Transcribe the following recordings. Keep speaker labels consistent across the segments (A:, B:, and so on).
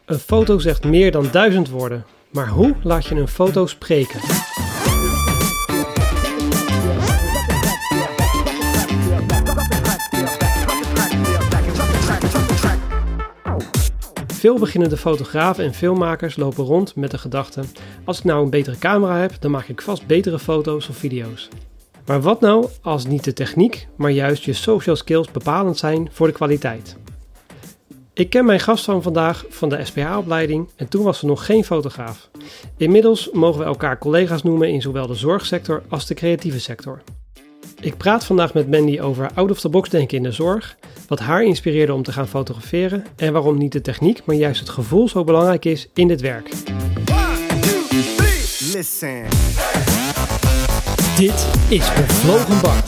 A: Een foto zegt meer dan 1000 woorden. Maar hoe laat je een foto spreken? Veel beginnende fotografen en filmmakers lopen rond met de gedachte: als ik nou een betere camera heb, dan maak ik vast betere foto's of video's. Maar wat nou als niet de techniek, maar juist je social skills bepalend zijn voor de kwaliteit? Ik ken mijn gast van vandaag van de SPH-opleiding en toen was ze nog geen fotograaf. Inmiddels mogen we elkaar collega's noemen in zowel de zorgsector als de creatieve sector. Ik praat vandaag met Mandy over out-of-the-box denken in de zorg, wat haar inspireerde om te gaan fotograferen en waarom niet de techniek, maar juist het gevoel zo belangrijk is in dit werk. 1, 2, 3, listen. Dit is Bevlogen Bart.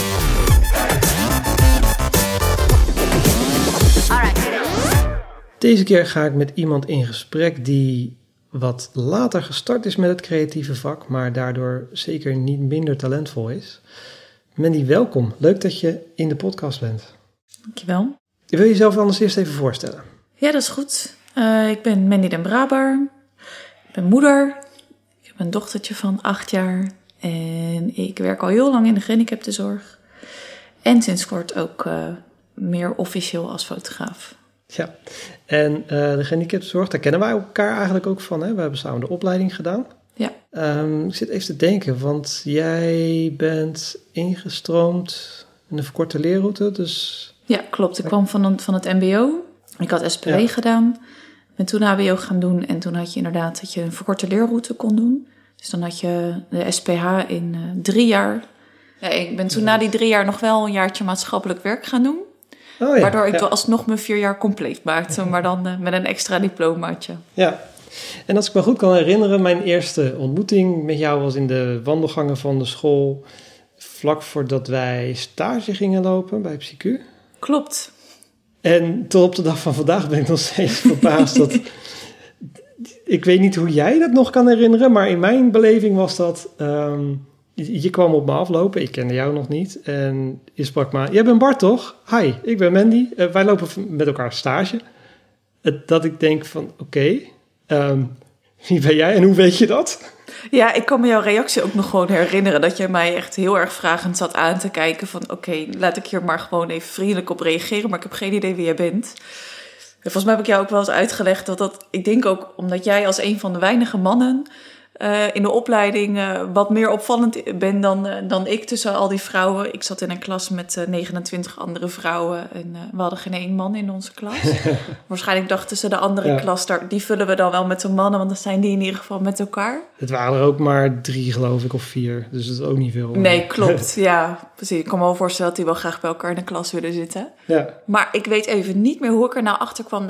A: Deze keer ga ik met iemand in gesprek die wat later gestart is met het creatieve vak, maar daardoor zeker niet minder talentvol is. Mandy, welkom. Leuk dat je in de podcast bent.
B: Dankjewel.
A: Wil je jezelf anders eerst even voorstellen?
B: Ja, dat is goed. Ik ben Mandy den Braber. Ik ben moeder. Ik heb een dochtertje van 8 jaar. En ik werk al heel lang in de gehandicaptenzorg. En sinds kort ook meer officieel als fotograaf.
A: Ja, en de gehandicaptenzorg, daar kennen wij elkaar eigenlijk ook van. Hè? We hebben samen de opleiding gedaan.
B: Ja.
A: Ik zit even te denken, want jij bent ingestroomd in een verkorte leerroute. Dus...
B: Ja, klopt. Ik kwam van het mbo. Ik had SPW gedaan. Ben toen HBO gaan doen. En toen had je inderdaad dat je een verkorte leerroute kon doen. Dus dan had je de SPH in 3 jaar. Ja, ik ben toen na die 3 jaar nog wel een jaartje maatschappelijk werk gaan doen.
A: Oh ja,
B: waardoor ik alsnog mijn 4 jaar compleet maakte. Maar dan met een extra diplomaatje.
A: Ja. En als ik me goed kan herinneren, mijn eerste ontmoeting met jou was in de wandelgangen van de school, vlak voordat wij stage gingen lopen bij PsyQ.
B: Klopt.
A: En tot op de dag van vandaag ben ik nog steeds verbaasd dat... Ik weet niet hoe jij dat nog kan herinneren, maar in mijn beleving was dat... je kwam op me aflopen, ik kende jou nog niet. En je sprak maar, jij bent Bart toch? Hi, ik ben Mandy. Wij lopen met elkaar stage. Dat ik denk van, oké, wie ben jij en hoe weet je dat?
B: Ja, ik kan me jouw reactie ook nog gewoon herinneren. Dat jij mij echt heel erg vragend zat aan te kijken. Van oké, laat ik hier maar gewoon even vriendelijk op reageren. Maar ik heb geen idee wie jij bent. En volgens mij heb ik jou ook wel eens uitgelegd dat ik denk ook omdat jij als een van de weinige mannen in de opleiding wat meer opvallend bent dan ik tussen al die vrouwen. Ik zat in een klas met 29 andere vrouwen en we hadden geen 1 man in onze klas. Waarschijnlijk dachten ze de andere klas, die vullen we dan wel met de mannen, want dan zijn die in ieder geval met elkaar.
A: Het waren er ook maar 3 geloof ik, of 4, dus dat is ook niet veel.
B: Nee, klopt, ja, precies. Ik kan me wel voorstellen dat die wel graag bij elkaar in de klas willen zitten.
A: Ja.
B: Maar ik weet even niet meer hoe ik er nou achter kwam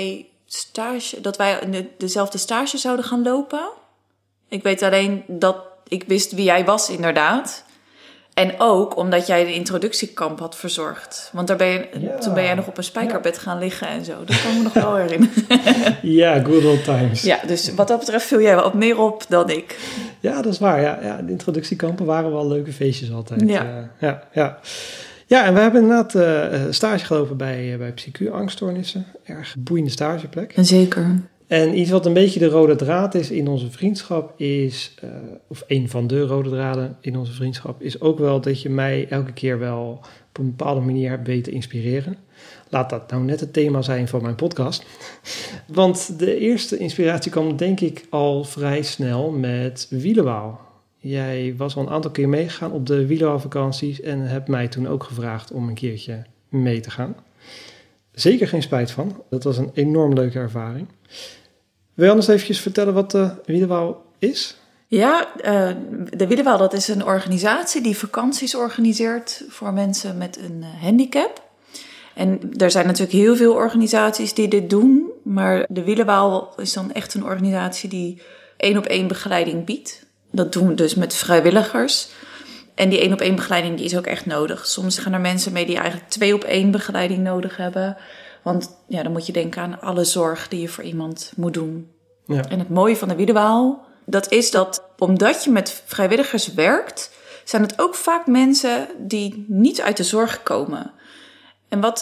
B: dat wij in dezelfde stage zouden gaan lopen. Ik weet alleen dat ik wist wie jij was inderdaad. En ook omdat jij de introductiekamp had verzorgd. Want toen ben jij nog op een spijkerbed gaan liggen en zo. Dat kan ik me nog wel herinneren. Ja,
A: good old times.
B: Ja, dus wat dat betreft viel jij wel wat meer op dan ik.
A: Ja, dat is waar. Ja, de introductiekampen waren wel leuke feestjes altijd.
B: Ja.
A: Ja, en we hebben inderdaad stage gelopen bij PsyQ, angststoornissen. Erg boeiende stageplek.
B: Zeker.
A: En iets wat een beetje de rode draad is in onze vriendschap is, of een van de rode draden in onze vriendschap, is ook wel dat je mij elke keer wel op een bepaalde manier hebt weten inspireren. Laat dat nou net het thema zijn van mijn podcast. Want de eerste inspiratie kwam denk ik al vrij snel met wielerwauw. Jij was al een aantal keer meegegaan op de wielerwauwvakanties en hebt mij toen ook gevraagd om een keertje mee te gaan. Zeker geen spijt van. Dat was een enorm leuke ervaring. Wil je anders eventjes vertellen wat de wielerwauw is?
B: Ja, de wielerwauw, dat is een organisatie die vakanties organiseert voor mensen met een handicap. En er zijn natuurlijk heel veel organisaties die dit doen. Maar de wielerwauw is dan echt een organisatie die 1-op-1 begeleiding biedt. Dat doen we dus met vrijwilligers. En die 1-op-1 begeleiding die is ook echt nodig. Soms gaan er mensen mee die eigenlijk 2-op-1 begeleiding nodig hebben. Want ja, dan moet je denken aan alle zorg die je voor iemand moet doen. Ja. En het mooie van de wielerwauw, dat is dat omdat je met vrijwilligers werkt, zijn het ook vaak mensen die niet uit de zorg komen. En wat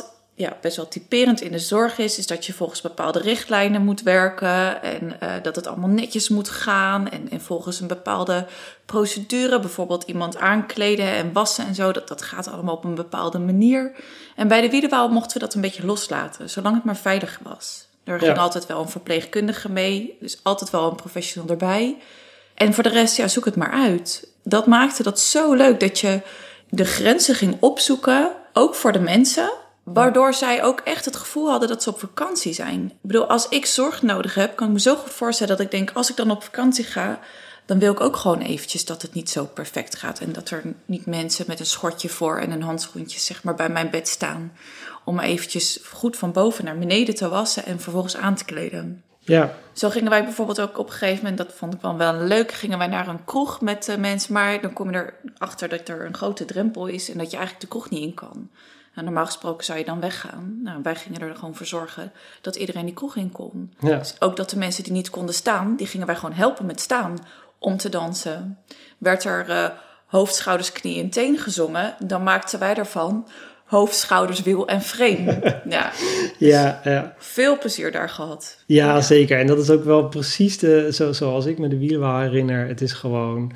B: best wel typerend in de zorg is dat je volgens bepaalde richtlijnen moet werken en dat het allemaal netjes moet gaan en volgens een bepaalde procedure, bijvoorbeeld iemand aankleden en wassen en zo, dat gaat allemaal op een bepaalde manier. En bij de Wiedewaal mochten we dat een beetje loslaten, zolang het maar veilig was. Er ging altijd wel een verpleegkundige mee, dus altijd wel een professional erbij. En voor de rest, zoek het maar uit. Dat maakte dat zo leuk dat je de grenzen ging opzoeken, ook voor de mensen, waardoor zij ook echt het gevoel hadden dat ze op vakantie zijn. Ik bedoel, als ik zorg nodig heb, kan ik me zo goed voorstellen dat ik denk, als ik dan op vakantie ga, dan wil ik ook gewoon eventjes dat het niet zo perfect gaat. En dat er niet mensen met een schortje voor en een handschoentje zeg maar bij mijn bed staan. Om me eventjes goed van boven naar beneden te wassen en vervolgens aan te kleden.
A: Ja.
B: Zo gingen wij bijvoorbeeld ook op een gegeven moment, dat vond ik wel leuk, gingen wij naar een kroeg met mensen. Maar dan kom je erachter dat er een grote drempel is en dat je eigenlijk de kroeg niet in kan. Nou, normaal gesproken zou je dan weggaan. Nou, wij gingen er gewoon voor zorgen dat iedereen die kroeg in kon.
A: Ja.
B: Dus ook dat de mensen die niet konden staan, die gingen wij gewoon helpen met staan om te dansen. Werd er hoofd, schouders, knie en teen gezongen, dan maakten wij ervan hoofd, schouders, wiel en frame.
A: Ja.
B: Veel plezier daar gehad.
A: Ja, zeker. En dat is ook wel precies zoals ik me de Wiedewaal herinner. Het is gewoon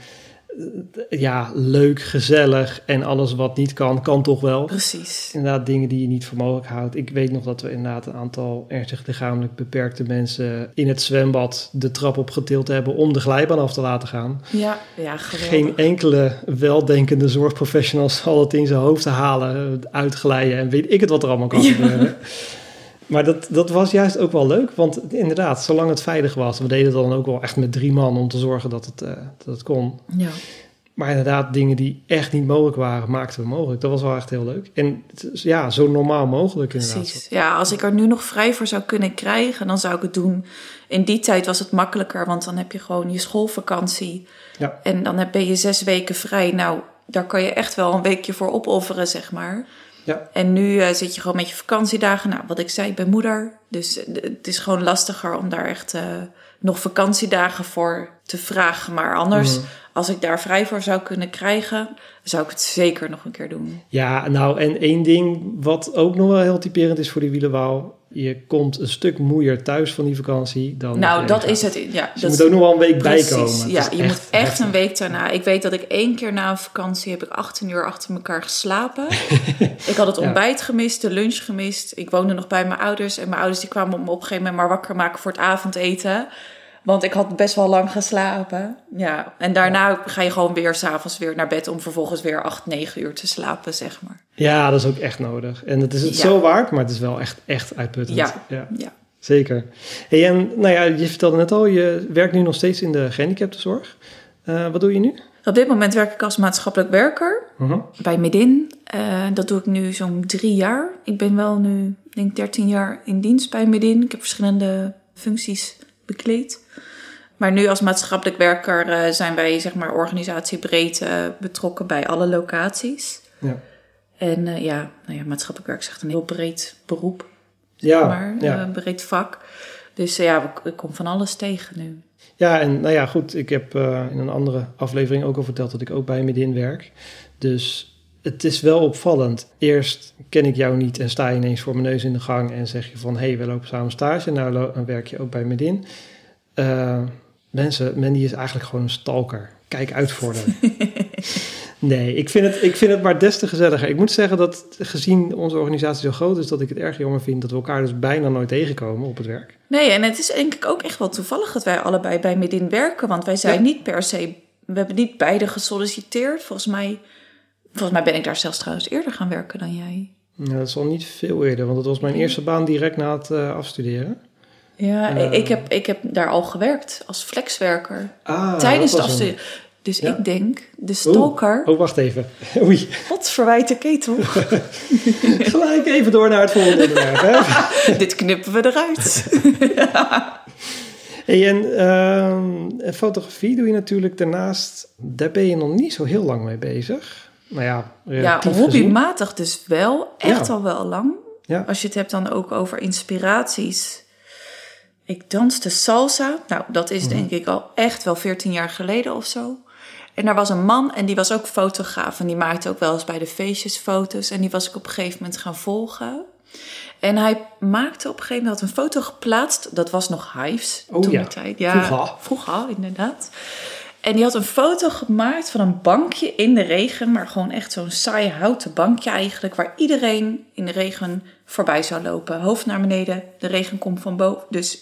A: leuk, gezellig en alles wat niet kan toch wel.
B: Precies.
A: Inderdaad, dingen die je niet voor mogelijk houdt. Ik weet nog dat we inderdaad een aantal ernstig lichamelijk beperkte mensen in het zwembad de trap opgetild hebben om de glijbaan af te laten gaan.
B: Ja, geweldig.
A: Geen enkele weldenkende zorgprofessional zal het in zijn hoofd halen, uitglijden en weet ik het wat er allemaal kan gebeuren. Maar dat was juist ook wel leuk, want inderdaad, zolang het veilig was, we deden het dan ook wel echt met 3 man om te zorgen dat het kon.
B: Ja.
A: Maar inderdaad, dingen die echt niet mogelijk waren, maakten we mogelijk. Dat was wel echt heel leuk. En zo normaal mogelijk inderdaad.
B: Precies. Ja, als ik er nu nog vrij voor zou kunnen krijgen, dan zou ik het doen. In die tijd was het makkelijker, want dan heb je gewoon je schoolvakantie.
A: Ja.
B: En dan ben je 6 weken vrij. Nou, daar kan je echt wel een weekje voor opofferen, zeg maar. Ja. En nu zit je gewoon met je vakantiedagen. Nou, wat ik zei, ik ben moeder. Dus het is gewoon lastiger om daar echt nog vakantiedagen voor te vragen. Maar anders, als ik daar vrij voor zou kunnen krijgen, zou ik het zeker nog een keer doen. Ja,
A: nou, en één ding wat ook nog wel heel typerend is voor die Wiedewaal. Je komt een stuk moeier thuis van die vakantie dan.
B: Nou, dat is het. Ja,
A: dus je moet ook nog wel een week bijkomen.
B: Ja, je moet echt een week daarna. Ik weet dat ik 1 keer na een vakantie heb ik 18 uur achter elkaar geslapen. Ik had het ontbijt gemist, de lunch gemist. Ik woonde nog bij mijn ouders. En mijn ouders die kwamen me op een gegeven moment maar wakker maken voor het avondeten. Want ik had best wel lang geslapen. Ja, en daarna ga je gewoon weer 's avonds weer naar bed om vervolgens weer 8, 9 uur te slapen, zeg maar.
A: Ja, dat is ook echt nodig. En het is het zo waard, maar het is wel echt uitputtend.
B: Ja.
A: Zeker. Hey, en nou ja, je vertelde net al, je werkt nu nog steeds in de gehandicaptenzorg. Wat doe je nu? Op
B: dit moment werk ik als maatschappelijk werker bij Medin. Dat doe ik nu zo'n 3 jaar. Ik ben wel nu, denk ik, 13 jaar in dienst bij Medin. Ik heb verschillende functies bekleed. Maar nu als maatschappelijk werker zijn wij, zeg maar, organisatiebreed betrokken bij alle locaties. Ja. En maatschappelijk werk is echt een heel breed beroep. Een breed vak. Dus ik kom van alles tegen nu.
A: Ja, en nou ja, goed. Ik heb in een andere aflevering ook al verteld dat ik ook bij Medin werk. Dus het is wel opvallend. Eerst ken ik jou niet en sta je ineens voor mijn neus in de gang en zeg je van, hey, we lopen samen stage. Nou, dan werk je ook bij Medin. Mandy is eigenlijk gewoon een stalker. Kijk uit voor haar. Nee, ik vind het maar des te gezelliger. Ik moet zeggen dat gezien onze organisatie zo groot is, dat ik het erg jammer vind dat we elkaar dus bijna nooit tegenkomen op het werk.
B: Nee, en het is denk ik ook echt wel toevallig dat wij allebei bij Medin werken. Want wij zijn niet per se, we hebben niet beide gesolliciteerd. Volgens mij ben ik daar zelfs trouwens eerder gaan werken dan jij.
A: Nou, dat is al niet veel eerder, want het was mijn eerste baan direct na het afstuderen.
B: Ja, ik heb daar al gewerkt als flexwerker tijdens het afstuderen. Dus ik denk, de stalker...
A: Oh, wacht even. Oei.
B: Wat verwijt de ketel?
A: Gelijk even door naar het volgende onderwerp. Hè?
B: Dit knippen we eruit.
A: Hey, en fotografie doe je natuurlijk daarnaast... Daar ben je nog niet zo heel lang mee bezig. Nou ja, relatief
B: hobbymatig dus wel. Echt al wel lang.
A: Ja.
B: Als je het hebt dan ook over inspiraties... Ik danste salsa. Nou, dat is denk ik al echt wel 14 jaar geleden of zo. En er was een man en die was ook fotograaf. En die maakte ook wel eens bij de feestjes foto's. En die was ik op een gegeven moment gaan volgen. En hij maakte op een gegeven moment een foto geplaatst. Dat was nog Hives toen de tijd. Ja, vroeger, inderdaad. En die had een foto gemaakt van een bankje in de regen. Maar gewoon echt zo'n saai houten bankje eigenlijk. Waar iedereen in de regen voorbij zou lopen. Hoofd naar beneden, de regen komt van boven. Dus,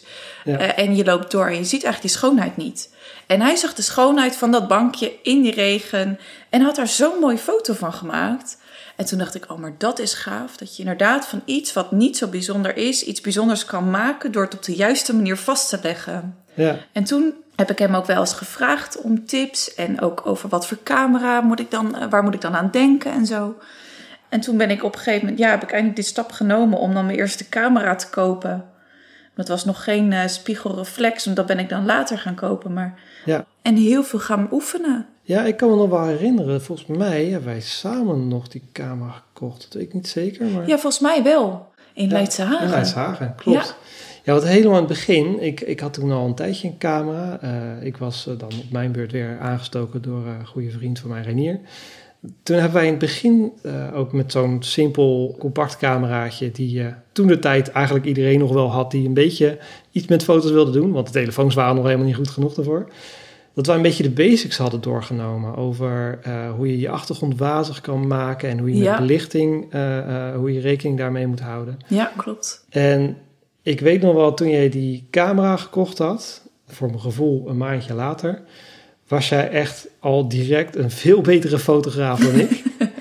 B: en je loopt door en je ziet eigenlijk die schoonheid niet. En hij zag de schoonheid van dat bankje in die regen. En had daar zo'n mooie foto van gemaakt. En toen dacht ik, oh, maar dat is gaaf. Dat je inderdaad van iets wat niet zo bijzonder is, iets bijzonders kan maken door het op de juiste manier vast te leggen. Ja. En toen heb ik hem ook wel eens gevraagd om tips. En ook over wat voor camera waar moet ik dan aan denken en zo. En toen ben ik op een gegeven moment, heb ik eindelijk dit stap genomen om dan mijn eerste camera te kopen. Dat was nog geen spiegelreflex, want dat ben ik dan later gaan kopen. Maar... Ja. En heel veel gaan oefenen.
A: Ja, ik kan me nog wel herinneren. Volgens mij hebben wij samen nog die camera gekocht. Dat weet ik niet zeker. Maar...
B: Ja, volgens mij wel. In Leidse Hagen.
A: In Leidse Hagen, klopt. Ja, wat helemaal aan het begin. Ik had toen al een tijdje een camera. Ik was dan op mijn beurt weer aangestoken door een goede vriend van mij, Reinier. Toen hebben wij in het begin ook met zo'n simpel compact cameraatje... die toen de tijd eigenlijk iedereen nog wel had... die een beetje iets met foto's wilde doen. Want de telefoons waren nog helemaal niet goed genoeg daarvoor. Dat wij een beetje de basics hadden doorgenomen... over hoe je achtergrond wazig kan maken... en hoe je met belichting, hoe je rekening daarmee moet houden.
B: Ja, klopt.
A: En ik weet nog wel, toen jij die camera gekocht had... voor mijn gevoel een maandje later... was jij echt al direct een veel betere fotograaf dan ik.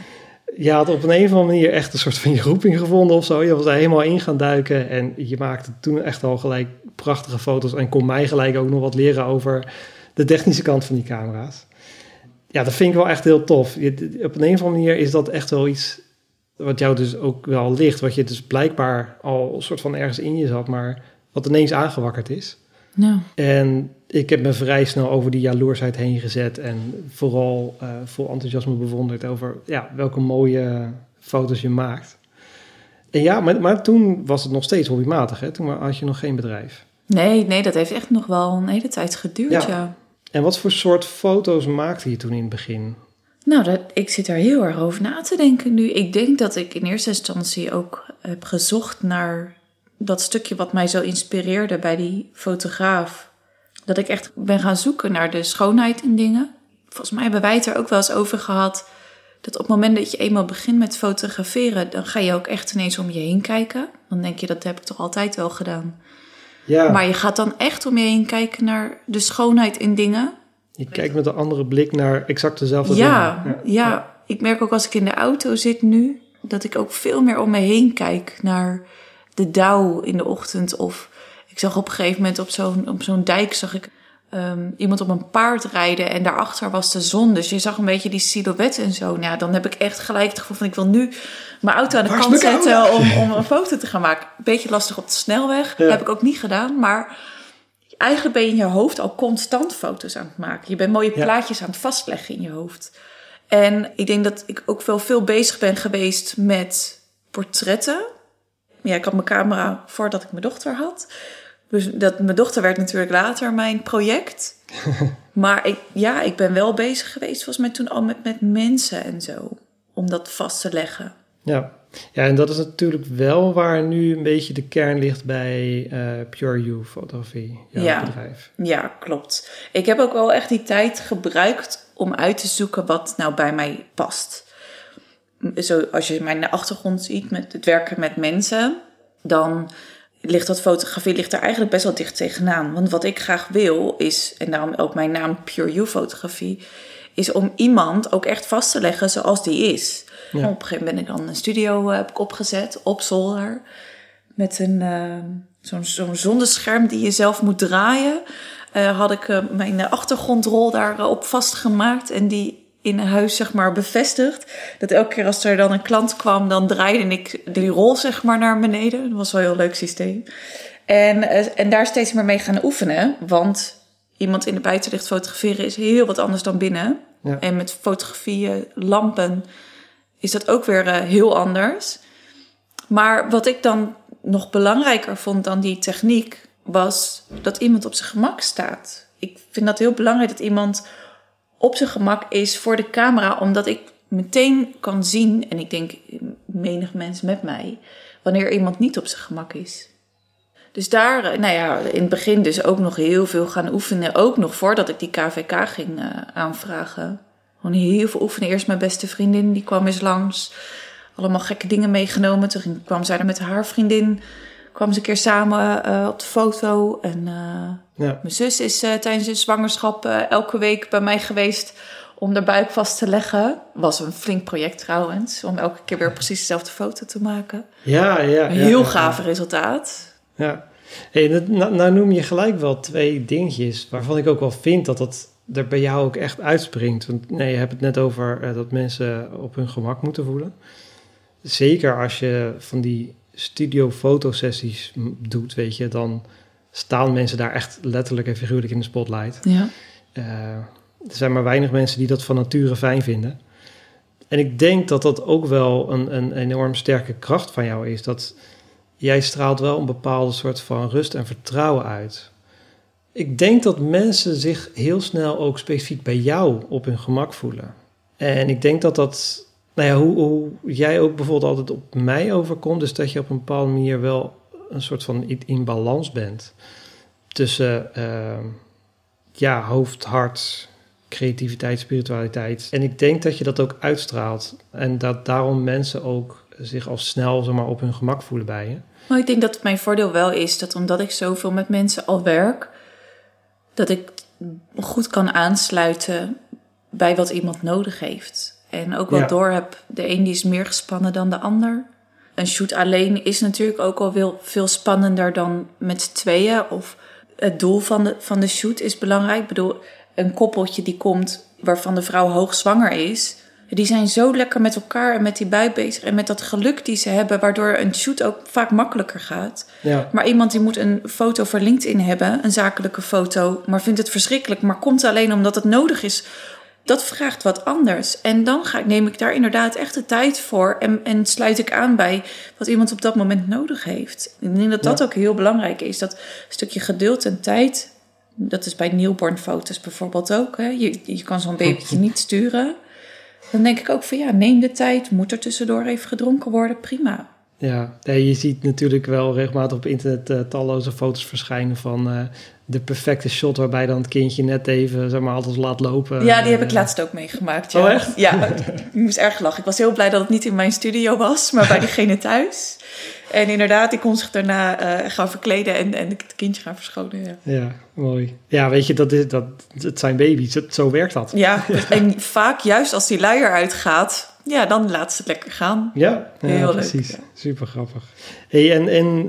A: Je had op een of andere manier echt een soort van je roeping gevonden of zo. Je was daar helemaal in gaan duiken en je maakte toen echt al gelijk prachtige foto's... en kon mij gelijk ook nog wat leren over de technische kant van die camera's. Ja, dat vind ik wel echt heel tof. Op een of andere manier is dat echt wel iets wat jou dus ook wel ligt... wat je dus blijkbaar al een soort van ergens in je zat... maar wat ineens aangewakkerd is.
B: Nou.
A: En ik heb me vrij snel over die jaloersheid heen gezet... en vooral vol enthousiasme bewonderd over welke mooie foto's je maakt. En maar toen was het nog steeds hobbymatig, hè? Toen had je nog geen bedrijf.
B: Nee, dat heeft echt nog wel een hele tijd geduurd, ja.
A: En wat voor soort foto's maakte je toen in het begin?
B: Nou, ik zit er heel erg over na te denken nu. Ik denk dat ik in eerste instantie ook heb gezocht naar... dat stukje wat mij zo inspireerde bij die fotograaf. Dat ik echt ben gaan zoeken naar de schoonheid in dingen. Volgens mij hebben wij het er ook wel eens over gehad... dat op het moment dat je eenmaal begint met fotograferen... dan ga je ook echt ineens om je heen kijken. Dan denk je, dat heb ik toch altijd wel gedaan. Ja. Maar je gaat dan echt om je heen kijken naar de schoonheid in dingen.
A: Je kijkt met een andere blik naar exact dezelfde dingen.
B: Ja, ik merk ook als ik in de auto zit nu... dat ik ook veel meer om me heen kijk naar... de dauw in de ochtend. Of ik zag op een gegeven moment op zo'n dijk... zag ik iemand op een paard rijden... en daarachter was de zon. Dus je zag een beetje die silhouet en zo. Nou, dan heb ik echt gelijk het gevoel van... ik wil nu mijn auto aan de kant zetten... om een foto te gaan maken. Beetje lastig op de snelweg. Ja. Heb ik ook niet gedaan. Maar eigenlijk ben je in je hoofd al constant foto's aan het maken. Je bent mooie plaatjes aan het vastleggen in je hoofd. En ik denk dat ik ook wel veel bezig ben geweest met portretten... Ja, ik had mijn camera voordat ik mijn dochter had. Dus mijn dochter werd natuurlijk later mijn project. Maar ik ben wel bezig geweest, volgens mij toen al met mensen en zo. Om dat vast te leggen.
A: Ja, en dat is natuurlijk wel waar nu een beetje de kern ligt bij Pure You Fotografie, jouw bedrijf. Ja,
B: klopt. Ik heb ook wel echt die tijd gebruikt om uit te zoeken wat nou bij mij past. Zo, als je mijn achtergrond ziet met het werken met mensen, dan ligt dat fotografie er eigenlijk best wel dicht tegenaan. Want wat ik graag wil is, en daarom ook mijn naam Pure You Fotografie, is om iemand ook echt vast te leggen zoals die is. Ja. Op een gegeven moment ben ik dan een studio heb ik opgezet op zolder met zo'n zonnescherm die je zelf moet draaien. Had ik mijn achtergrondrol daarop vastgemaakt en die in huis, zeg maar, bevestigd. Dat elke keer als er dan een klant kwam, dan draaide ik die rol, zeg maar, naar beneden. Dat was wel een heel leuk systeem. En daar steeds meer mee gaan oefenen. Want iemand in de buitenlicht fotograferen is heel wat anders dan binnen. Ja. En met fotografie, lampen, is dat ook weer heel anders. Maar wat ik dan nog belangrijker vond dan die techniek, was dat iemand op zijn gemak staat. Ik vind dat heel belangrijk dat iemand op zijn gemak is voor de camera, omdat ik meteen kan zien, en ik denk menig mens met mij, wanneer iemand niet op zijn gemak is. Dus daar, in het begin dus ook nog heel veel gaan oefenen. Ook nog voordat ik die KVK ging aanvragen. Gewoon heel veel oefenen. Eerst mijn beste vriendin, die kwam eens langs. Allemaal gekke dingen meegenomen. Toen kwam zij er met haar vriendin. Kwamen ze een keer samen op de foto. En mijn zus is tijdens de zwangerschap elke week bij mij geweest om de buik vast te leggen. Was een flink project trouwens. Om elke keer weer precies dezelfde foto te maken. Heel gaaf resultaat.
A: Ja, hey, nou noem je gelijk wel 2 dingetjes waarvan ik ook wel vind dat dat er bij jou ook echt uitspringt. Want je hebt het net over dat mensen op hun gemak moeten voelen. Zeker als je van die studio-fotosessies doet, weet je, dan staan mensen daar echt letterlijk en figuurlijk in de spotlight.
B: Ja.
A: Er zijn maar weinig mensen die dat van nature fijn vinden. En ik denk dat dat ook wel een enorm sterke kracht van jou is. Dat jij straalt wel een bepaalde soort van rust en vertrouwen uit. Ik denk dat mensen zich heel snel ook specifiek bij jou op hun gemak voelen. En ik denk dat hoe jij ook bijvoorbeeld altijd op mij overkomt, is dat je op een bepaalde manier wel een soort van in balans bent. Tussen hoofd, hart, creativiteit, spiritualiteit. En ik denk dat je dat ook uitstraalt. En dat daarom mensen ook zich al snel op hun gemak voelen bij je.
B: Maar ik denk dat mijn voordeel wel is dat omdat ik zoveel met mensen al werk, dat ik goed kan aansluiten bij wat iemand nodig heeft. En ook wel door heb, de een die is meer gespannen dan de ander. Een shoot alleen is natuurlijk ook al veel spannender dan met z'n tweeën. Of het doel van de shoot is belangrijk. Ik bedoel, een koppeltje die komt waarvan de vrouw hoogzwanger is, die zijn zo lekker met elkaar en met die buik bezig en met dat geluk die ze hebben, waardoor een shoot ook vaak makkelijker gaat. Ja. Maar iemand die moet een foto voor LinkedIn hebben, een zakelijke foto, maar vindt het verschrikkelijk, maar komt alleen omdat het nodig is. Dat vraagt wat anders. En dan neem ik daar inderdaad echt de tijd voor en sluit ik aan bij wat iemand op dat moment nodig heeft. Ik denk dat dat ook heel belangrijk is. Dat stukje geduld en tijd, dat is bij newborn foto's bijvoorbeeld ook. Hè? Je kan zo'n babytje niet sturen. Dan denk ik ook van neem de tijd. Moet er tussendoor even gedronken worden? Prima.
A: Ja, je ziet natuurlijk wel regelmatig op internet talloze foto's verschijnen van de perfecte shot waarbij dan het kindje net even, alles laat lopen.
B: Ja, die heb ik laatst ook meegemaakt. Ja.
A: Oh, echt?
B: Ja, ik moest erg lachen. Ik was heel blij dat het niet in mijn studio was, maar bij diegene thuis. En inderdaad, die kon zich daarna gaan verkleden en het kindje gaan verschonen.
A: Ja, mooi. Ja, weet je, het zijn baby's. Zo werkt dat.
B: Ja, en vaak juist als die luier uitgaat, dan laat ze het lekker gaan.
A: Ja, heel precies. Leuk. Ja. Super grappig. Hey, en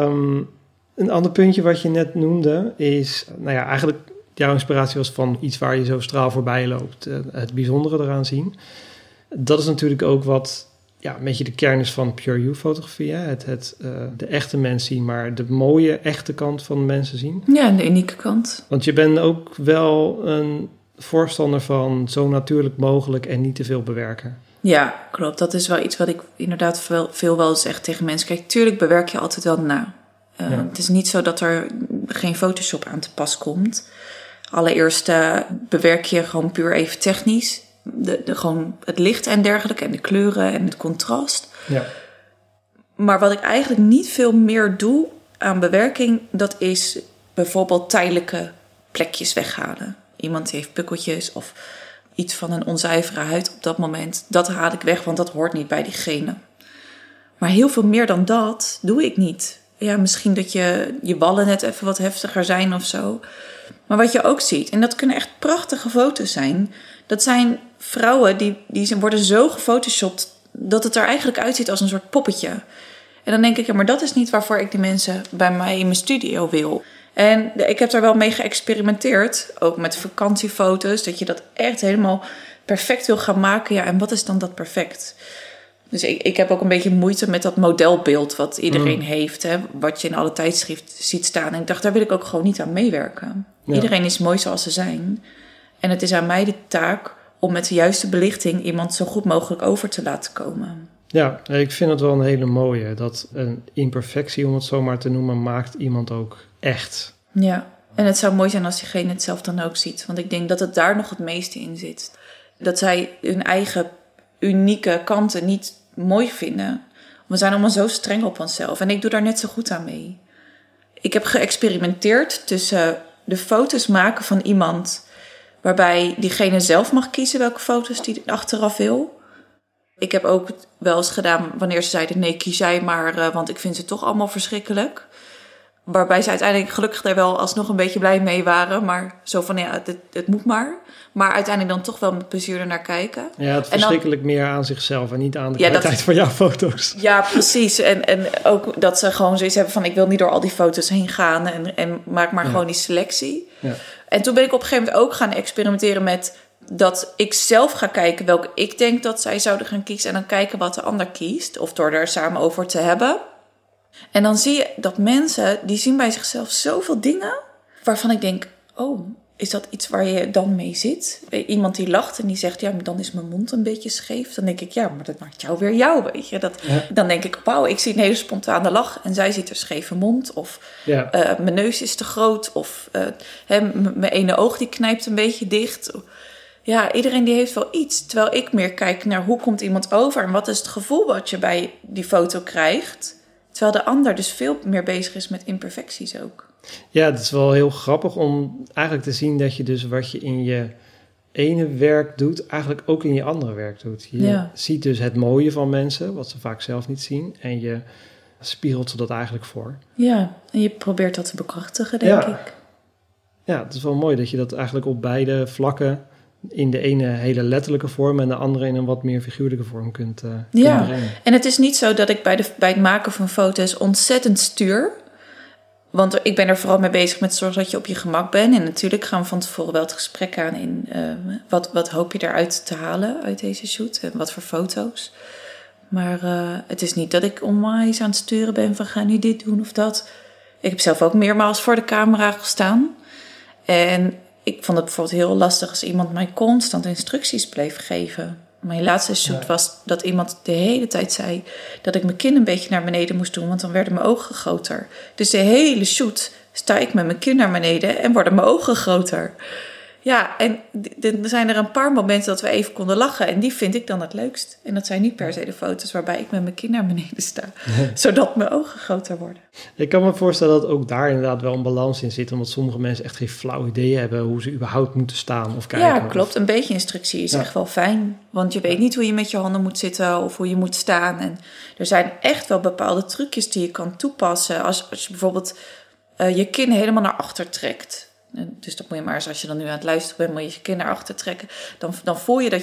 A: een ander puntje wat je net noemde is, eigenlijk jouw inspiratie was van iets waar je zo straal voorbij loopt. Het bijzondere eraan zien. Dat is natuurlijk ook wat een beetje de kern is van Pure You fotografie. Hè? De echte mens zien, maar de mooie, echte kant van de mensen zien.
B: Ja, de unieke kant.
A: Want je bent ook wel een voorstander van zo natuurlijk mogelijk en niet te veel bewerken.
B: Ja, klopt. Dat is wel iets wat ik inderdaad veel wel zeg tegen mensen. Kijk, tuurlijk bewerk je altijd wel na. Het is niet zo dat er geen Photoshop aan te pas komt. Allereerst bewerk je gewoon puur even technisch. Gewoon het licht en dergelijke en de kleuren en het contrast. Ja. Maar wat ik eigenlijk niet veel meer doe aan bewerking, dat is bijvoorbeeld tijdelijke plekjes weghalen. Iemand heeft pukkeltjes of iets van een onzuivere huid op dat moment. Dat haal ik weg, want dat hoort niet bij diegene. Maar heel veel meer dan dat doe ik niet. Ja, misschien dat je wallen net even wat heftiger zijn of zo. Maar wat je ook ziet, en dat kunnen echt prachtige foto's zijn, dat zijn vrouwen die worden zo gefotoshopt dat het er eigenlijk uitziet als een soort poppetje. En dan denk ik, maar dat is niet waarvoor ik die mensen bij mij in mijn studio wil. En ik heb daar wel mee geëxperimenteerd, ook met vakantiefoto's, dat je dat echt helemaal perfect wil gaan maken. Ja, en wat is dan dat perfect? Dus ik heb ook een beetje moeite met dat modelbeeld wat iedereen heeft, hè, wat je in alle tijdschriften ziet staan. En ik dacht, daar wil ik ook gewoon niet aan meewerken. Ja. Iedereen is mooi zoals ze zijn. En het is aan mij de taak om met de juiste belichting iemand zo goed mogelijk over te laten komen.
A: Ja, ik vind het wel een hele mooie. Dat een imperfectie, om het zo maar te noemen, maakt iemand ook echt.
B: Ja, en het zou mooi zijn als diegene het zelf dan ook ziet. Want ik denk dat het daar nog het meeste in zit. Dat zij hun eigen unieke kanten niet mooi vinden. We zijn allemaal zo streng op onszelf. En ik doe daar net zo goed aan mee. Ik heb geëxperimenteerd tussen de foto's maken van iemand, waarbij diegene zelf mag kiezen welke foto's die achteraf wil. Ik heb ook wel eens gedaan wanneer ze zeiden, nee, kies jij maar, want ik vind ze toch allemaal verschrikkelijk. Waarbij ze uiteindelijk gelukkig daar wel alsnog een beetje blij mee waren. Maar zo van, ja, het moet maar. Maar uiteindelijk dan toch wel met plezier ernaar kijken.
A: Ja, het verschrikkelijk meer aan zichzelf en niet aan de kwaliteit van jouw foto's.
B: Ja, precies. En ook dat ze gewoon zoiets hebben van, ik wil niet door al die foto's heen gaan. En maak maar gewoon die selectie. Ja. En toen ben ik op een gegeven moment ook gaan experimenteren met dat ik zelf ga kijken welke ik denk dat zij zouden gaan kiezen. En dan kijken wat de ander kiest. Of door er samen over te hebben. En dan zie je dat mensen, die zien bij zichzelf zoveel dingen waarvan ik denk, oh, is dat iets waar je dan mee zit? Iemand die lacht en die zegt, ja, maar dan is mijn mond een beetje scheef. Dan denk ik, ja, maar dat maakt jou weer jou, weet je. Dan denk ik, wauw, ik zie een hele spontane lach en zij ziet een scheve mond. Of mijn neus is te groot. Of mijn ene oog die knijpt een beetje dicht. Ja, iedereen die heeft wel iets. Terwijl ik meer kijk naar hoe komt iemand over en wat is het gevoel wat je bij die foto krijgt. Terwijl de ander dus veel meer bezig is met imperfecties ook. Ja,
A: het is wel heel grappig om eigenlijk te zien dat je dus wat je in je ene werk doet, eigenlijk ook in je andere werk doet. Je ziet dus het mooie van mensen, wat ze vaak zelf niet zien. En je spiegelt ze dat eigenlijk voor.
B: Ja, en je probeert dat te bekrachtigen, denk ik.
A: Ja, het is wel mooi dat je dat eigenlijk op beide vlakken in de ene hele letterlijke vorm en de andere in een wat meer figuurlijke vorm kunt brengen.
B: En het is niet zo dat ik bij het maken van foto's ontzettend stuur. Want ik ben er vooral mee bezig met zorgen dat je op je gemak bent. En natuurlijk gaan we van tevoren wel het gesprek aan in wat hoop je eruit te halen uit deze shoot. En wat voor foto's. Maar het is niet dat ik onwijs aan het sturen ben van ga nu dit doen of dat. Ik heb zelf ook meermaals voor de camera gestaan. En ik vond het bijvoorbeeld heel lastig als iemand mij constant instructies bleef geven. Mijn laatste shoot was dat iemand de hele tijd zei dat ik mijn kin een beetje naar beneden moest doen, want dan werden mijn ogen groter. Dus de hele shoot sta ik met mijn kin naar beneden en worden mijn ogen groter. Ja, en er zijn er een paar momenten dat we even konden lachen en die vind ik dan het leukst. En dat zijn niet per se de foto's waarbij ik met mijn kin naar beneden sta, zodat mijn ogen groter worden.
A: Ik kan me voorstellen dat ook daar inderdaad wel een balans in zit, omdat sommige mensen echt geen flauw idee hebben hoe ze überhaupt moeten staan of kijken.
B: Ja, klopt. Een beetje instructie is echt wel fijn, want je weet niet hoe je met je handen moet zitten of hoe je moet staan. En er zijn echt wel bepaalde trucjes die je kan toepassen als je bijvoorbeeld je kin helemaal naar achter trekt. Dus dat moet je maar eens, als je dan nu aan het luisteren bent, moet je je kin naar achter trekken. Dan voel je dat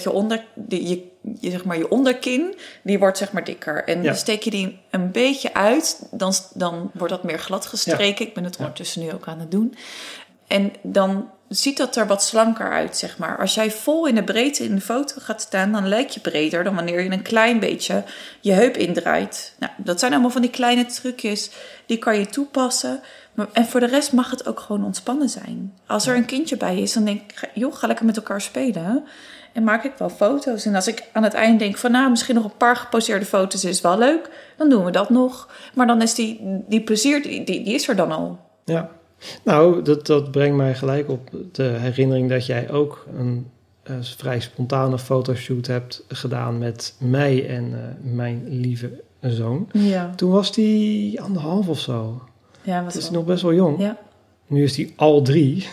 B: je onderkin, die wordt zeg maar dikker. En dan steek je die een beetje uit, dan wordt dat meer glad gestreken. Ja. Ik ben het ondertussen nu ook aan het doen. En dan ziet dat er wat slanker uit, zeg maar. Als jij vol in de breedte in de foto gaat staan, dan lijk je breder dan wanneer je een klein beetje je heup indraait. Nou, dat zijn allemaal van die kleine trucjes, die kan je toepassen. En voor de rest mag het ook gewoon ontspannen zijn. Als er een kindje bij is, dan denk ik, joh, ga lekker met elkaar spelen. En maak ik wel foto's. En als ik aan het eind denk van, nou, misschien nog een paar geposeerde foto's is wel leuk, dan doen we dat nog. Maar dan is die plezier, die is er dan al.
A: Ja, nou, dat brengt mij gelijk op de herinnering dat jij ook een vrij spontane fotoshoot hebt gedaan met mij en mijn lieve zoon. Ja. Toen was die 1,5 of zo.
B: Ja,
A: het is nog best wel jong.
B: Ja.
A: Nu is hij al 3.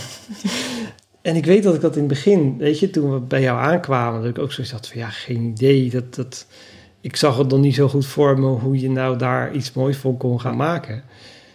A: En ik weet dat ik dat in het begin, weet je, toen we bij jou aankwamen, dat ik ook zoiets had van, ja, geen idee. Ik zag het nog niet zo goed voor me hoe je nou daar iets moois voor kon gaan maken.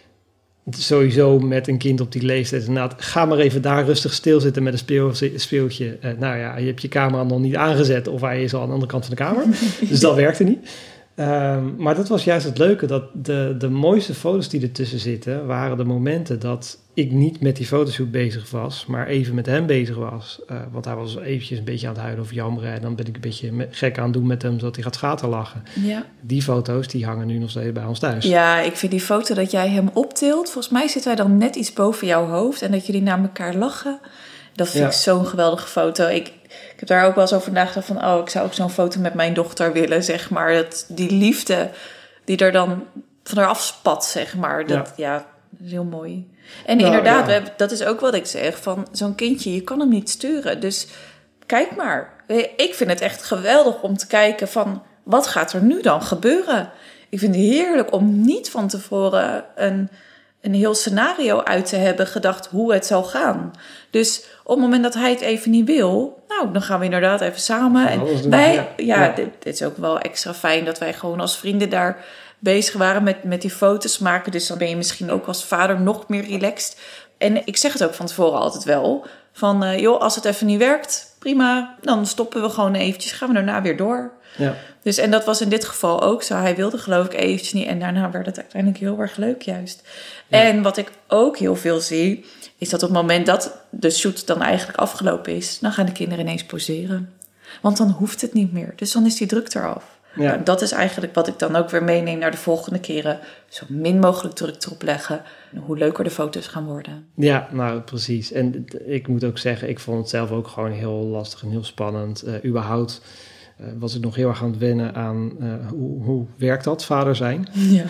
A: Sowieso met een kind op die leeftijd, inderdaad, ga maar even daar rustig stilzitten met een speeltje. Nou ja, je hebt je camera nog niet aangezet of hij is al aan de andere kant van de kamer. Dus dat werkte niet. Maar dat was juist het leuke, dat de mooiste foto's die ertussen zitten, waren de momenten dat ik niet met die fotoshoot bezig was, maar even met hem bezig was. Want hij was eventjes een beetje aan het huilen of jammeren en dan ben ik een beetje gek aan het doen met hem, zodat hij gaat schaterlachen. Ja. Die foto's, die hangen nu nog steeds bij ons thuis.
B: Ja, ik vind die foto dat jij hem optilt, volgens mij zit hij dan net iets boven jouw hoofd en dat jullie naar elkaar lachen. Dat vind ik zo'n geweldige foto. Ik heb daar ook wel eens over nagedacht van, ik zou ook zo'n foto met mijn dochter willen, zeg maar. Die liefde die er dan van haar afspat, zeg maar. Dat is heel mooi. En inderdaad, dat is ook wat ik zeg, van zo'n kindje, je kan hem niet sturen. Dus kijk maar. Ik vind het echt geweldig om te kijken van, wat gaat er nu dan gebeuren? Ik vind het heerlijk om niet van tevoren een heel scenario uit te hebben gedacht hoe het zal gaan. Dus op het moment dat hij het even niet wil, nou, dan gaan we inderdaad even samen. En dit is ook wel extra fijn dat wij gewoon als vrienden daar bezig waren met die foto's maken. Dus dan ben je misschien ook als vader nog meer relaxed. En ik zeg het ook van tevoren altijd wel. Van, als het even niet werkt, prima. Dan stoppen we gewoon eventjes, gaan we daarna weer door. Ja. Dus, en dat was in dit geval ook zo. Hij wilde geloof ik eventjes niet. En daarna werd het uiteindelijk heel erg leuk juist. Ja. En wat ik ook heel veel zie, is dat op het moment dat de shoot dan eigenlijk afgelopen is, dan gaan de kinderen ineens poseren. Want dan hoeft het niet meer. Dus dan is die druk eraf. Ja. Nou, dat is eigenlijk wat ik dan ook weer meeneem naar de volgende keren. Zo min mogelijk druk erop leggen. Hoe leuker de foto's gaan worden.
A: Ja, nou precies. En ik moet ook zeggen, ik vond het zelf ook gewoon heel lastig en heel spannend. Überhaupt was ik nog heel erg aan het wennen aan hoe werkt dat, vader zijn. Ja.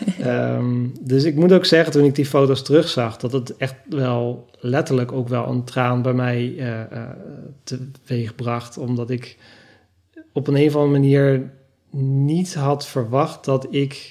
A: Dus ik moet ook zeggen, toen ik die foto's terugzag, dat het echt wel letterlijk ook wel een traan bij mij teweegbracht. Omdat ik op een of andere manier niet had verwacht dat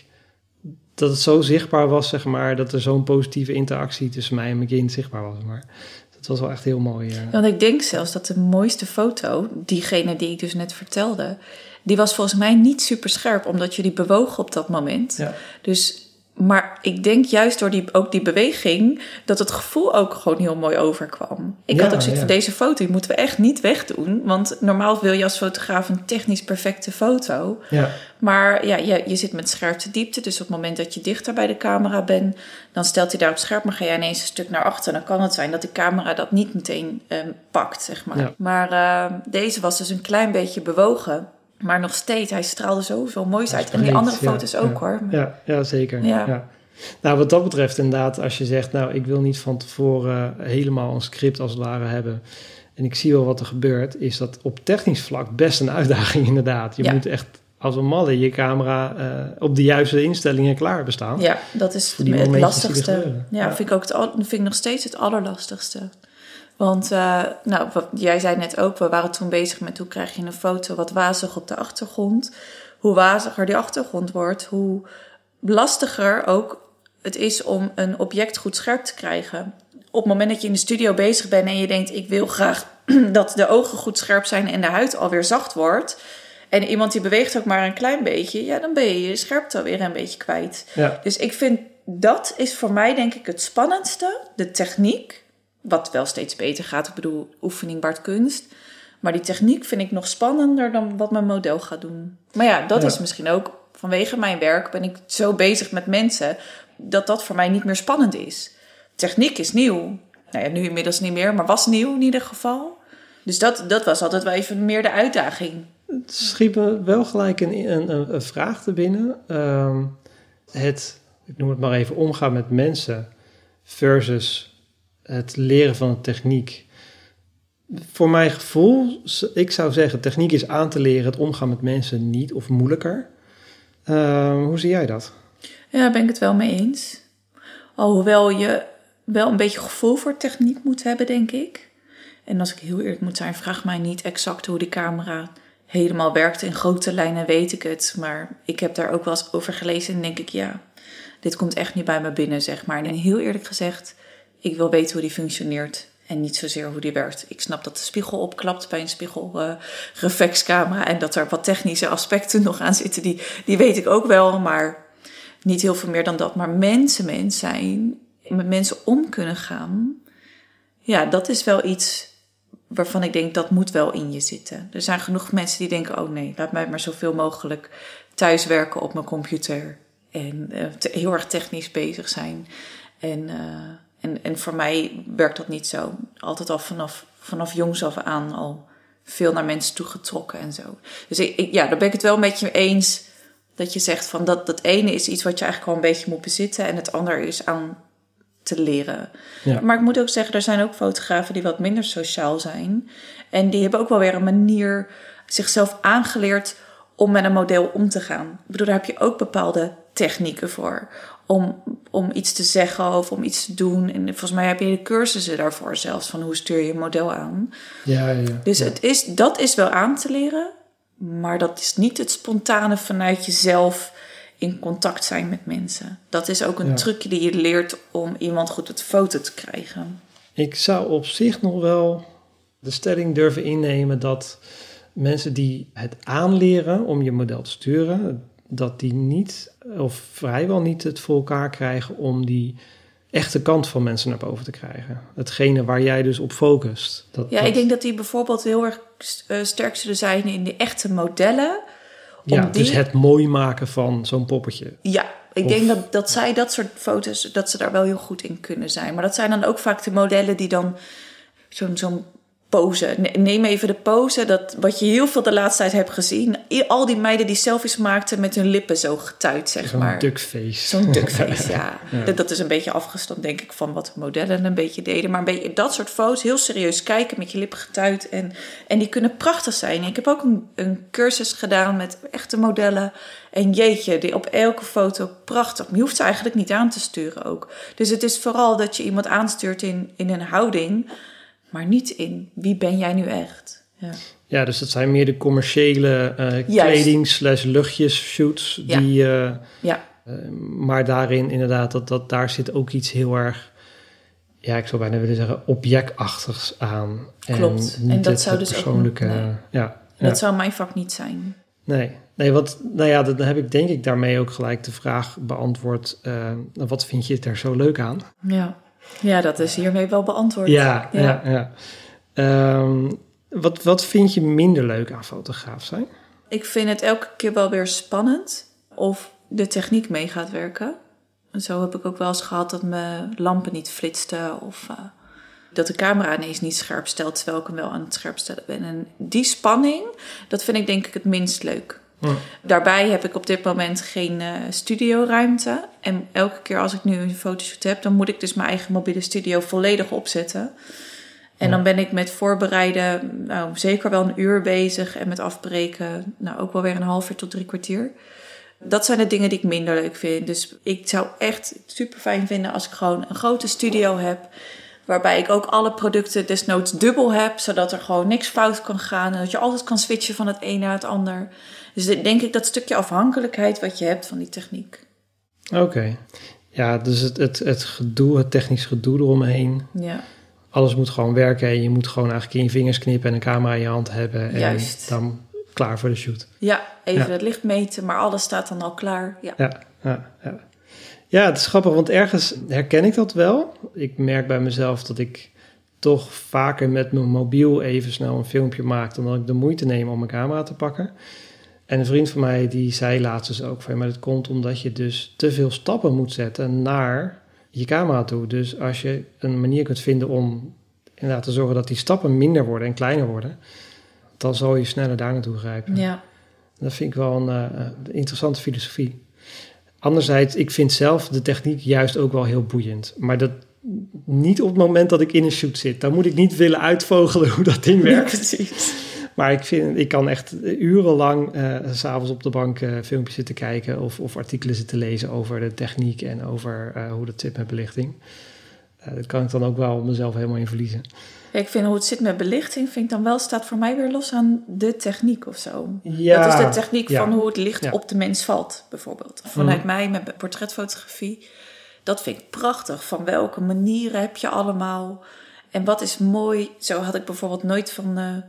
A: het zo zichtbaar was, zeg maar, dat er zo'n positieve interactie tussen mij en mijn kind zichtbaar was. Maar het was wel echt heel mooi.
B: Want ik denk zelfs dat de mooiste foto, diegene die ik dus net vertelde, die was volgens mij niet super scherp, omdat jullie bewogen op dat moment. Ja. Dus, maar ik denk juist door die beweging, dat het gevoel ook gewoon heel mooi overkwam. Ik had ook zoiets van, deze foto die moeten we echt niet wegdoen. Want normaal wil je als fotograaf een technisch perfecte foto. Ja. Maar je zit met scherpte diepte. Dus op het moment dat je dichter bij de camera bent, dan stelt hij daar op scherp. Maar ga jij ineens een stuk naar achter, dan kan het zijn dat de camera dat niet meteen pakt, zeg maar. Ja. Maar deze was dus een klein beetje bewogen. Maar nog steeds, hij straalde zoveel moois uit. En die andere foto's ook hoor.
A: Ja, zeker. Ja. Nou, wat dat betreft inderdaad, als je zegt, nou, ik wil niet van tevoren helemaal een script als het ware hebben. En ik zie wel wat er gebeurt, is dat op technisch vlak best een uitdaging inderdaad. Je moet echt als een malle je camera op de juiste instellingen klaar bestaan.
B: Ja, dat is het lastigste. Vind ik nog steeds het allerlastigste. Want jij zei net ook, we waren toen bezig met hoe krijg je een foto wat wazig op de achtergrond. Hoe waziger die achtergrond wordt, hoe lastiger ook het is om een object goed scherp te krijgen. Op het moment dat je in de studio bezig bent en je denkt, ik wil graag dat de ogen goed scherp zijn en de huid alweer zacht wordt. En iemand die beweegt ook maar een klein beetje, dan ben je scherpte alweer een beetje kwijt. Ja. Dus ik vind, dat is voor mij denk ik het spannendste, de techniek. Wat wel steeds beter gaat. Ik bedoel, oefening baart kunst. Maar die techniek vind ik nog spannender dan wat mijn model gaat doen. Maar dat is misschien ook vanwege mijn werk ben ik zo bezig met mensen dat voor mij niet meer spannend is. Techniek is nieuw. Nou nu inmiddels niet meer, maar was nieuw in ieder geval. Dus dat was altijd wel even meer de uitdaging.
A: Het schiet me wel gelijk een vraag te binnen. Ik noem het maar even, omgaan met mensen versus het leren van de techniek. Voor mijn gevoel, ik zou zeggen, techniek is aan te leren, het omgaan met mensen niet of moeilijker. Hoe zie jij dat?
B: Ja, daar ben ik het wel mee eens. Alhoewel je wel een beetje gevoel voor techniek moet hebben, denk ik. En als ik heel eerlijk moet zijn, vraag mij niet exact hoe die camera helemaal werkt. In grote lijnen weet ik het, maar ik heb daar ook wel eens over gelezen en denk ik, dit komt echt niet bij me binnen, zeg maar. En heel eerlijk gezegd, ik wil weten hoe die functioneert en niet zozeer hoe die werkt. Ik snap dat de spiegel opklapt bij een spiegelreflexcamera en dat er wat technische aspecten nog aan zitten. Die weet ik ook wel, maar niet heel veel meer dan dat. Maar mens zijn, met mensen om kunnen gaan, dat is wel iets waarvan ik denk dat moet wel in je zitten. Er zijn genoeg mensen die denken, oh nee, laat mij maar zoveel mogelijk thuiswerken op mijn computer en heel erg technisch bezig zijn. En voor mij werkt dat niet zo. Altijd al vanaf jongs af aan al veel naar mensen toe getrokken en zo. Dus daar ben ik het wel een beetje mee eens dat je zegt van dat ene is iets wat je eigenlijk al een beetje moet bezitten en het andere is aan te leren. Ja. Maar ik moet ook zeggen, er zijn ook fotografen die wat minder sociaal zijn. En die hebben ook wel weer een manier zichzelf aangeleerd om met een model om te gaan. Ik bedoel, daar heb je ook bepaalde technieken voor. Om iets te zeggen of om iets te doen. En volgens mij heb je de cursussen daarvoor zelfs. Van hoe stuur je een model aan. Ja. Dus dat is wel aan te leren. Maar dat is niet het spontane vanuit jezelf in contact zijn met mensen. Dat is ook een trucje die je leert om iemand goed op de foto te krijgen.
A: Ik zou op zich nog wel de stelling durven innemen dat mensen die het aanleren om je model te sturen, dat die niet, of vrijwel niet, het voor elkaar krijgen om die echte kant van mensen naar boven te krijgen. Hetgene waar jij dus op focust.
B: Ik denk dat die bijvoorbeeld heel erg sterk zullen zijn in de echte modellen.
A: Dus het mooi maken van zo'n poppetje.
B: Ja, ik denk dat zij dat soort foto's, dat ze daar wel heel goed in kunnen zijn. Maar dat zijn dan ook vaak de modellen die dan zo'n pose. Neem even de pose, dat wat je heel veel de laatste tijd hebt gezien. Al die meiden die selfies maakten met hun lippen zo getuit, zeg maar.
A: Zo'n duckface.
B: Zo'n duckface, ja. Dat is een beetje afgestampt, denk ik, van wat de modellen een beetje deden. Maar een beetje dat soort foto's, heel serieus kijken met je lippen getuit. En die kunnen prachtig zijn. Ik heb ook een cursus gedaan met echte modellen. En jeetje, die op elke foto prachtig. Maar je hoeft ze eigenlijk niet aan te sturen ook. Dus het is vooral dat je iemand aanstuurt in een houding, maar niet in wie ben jij nu echt.
A: Ja, dus dat zijn meer de commerciële kleding/luchtjes-shoots. Maar daarin inderdaad, dat daar zit ook iets heel erg, ja, ik zou bijna willen zeggen, objectachtigs aan.
B: Klopt. En dat zou dus
A: persoonlijke,
B: ook dat zou mijn vak niet zijn.
A: Nee, dan heb ik denk ik daarmee ook gelijk de vraag beantwoord. Wat vind je er zo leuk aan?
B: Ja, dat is hiermee wel beantwoord.
A: Ja. Wat vind je minder leuk aan fotograaf zijn?
B: Ik vind het elke keer wel weer spannend of de techniek mee gaat werken. En zo heb ik ook wel eens gehad dat mijn lampen niet flitsten of dat de camera ineens niet scherp stelt, terwijl ik hem wel aan het scherp stellen ben. En die spanning, dat vind ik denk ik het minst leuk. Daarbij heb ik op dit moment geen studioruimte. En elke keer als ik nu een fotoshoot heb, dan moet ik dus mijn eigen mobiele studio volledig opzetten. En dan ben ik met voorbereiden zeker wel een uur bezig. En met afbreken ook wel weer een half uur tot 3 kwartier. Dat zijn de dingen die ik minder leuk vind. Dus ik zou echt super fijn vinden als ik gewoon een grote studio heb, waarbij ik ook alle producten desnoods dubbel heb, zodat er gewoon niks fout kan gaan. En dat je altijd kan switchen van het een naar het ander. Dus denk ik dat stukje afhankelijkheid wat je hebt van die techniek.
A: Oké. Ja, dus het gedoe, het technisch gedoe eromheen.
B: Ja.
A: Alles moet gewoon werken en je moet gewoon eigenlijk in je vingers knippen en een camera in je hand hebben. En
B: Juist.
A: Dan klaar voor de shoot.
B: Ja, even het licht meten, maar alles staat dan al klaar.
A: Ja, het is grappig, want ergens herken ik dat wel. Ik merk bij mezelf dat ik toch vaker met mijn mobiel even snel een filmpje maak dan dat ik de moeite neem om mijn camera te pakken. En een vriend van mij die zei laatst dus ook van, maar dat komt omdat je dus te veel stappen moet zetten naar je camera toe. Dus als je een manier kunt vinden om inderdaad te zorgen dat die stappen minder worden en kleiner worden, dan zal je sneller daar naartoe grijpen.
B: Ja.
A: Dat vind ik wel een interessante filosofie. Anderzijds, ik vind zelf de techniek juist ook wel heel boeiend. Maar dat niet op het moment dat ik in een shoot zit. Dan moet ik niet willen uitvogelen hoe dat ding werkt.
B: Ja, precies.
A: Maar ik kan echt urenlang 's avonds op de bank filmpjes zitten kijken of artikelen zitten lezen over de techniek en over hoe dat zit met belichting. Dat kan ik dan ook wel mezelf helemaal in verliezen.
B: Ja, ik vind hoe het zit met belichting, vind ik dan wel, staat voor mij weer los aan de techniek of zo.
A: Ja,
B: dat is de techniek van hoe het licht op de mens valt, bijvoorbeeld. Vanuit mij met portretfotografie. Dat vind ik prachtig. Van welke manieren heb je allemaal? En wat is mooi? Zo had ik bijvoorbeeld nooit van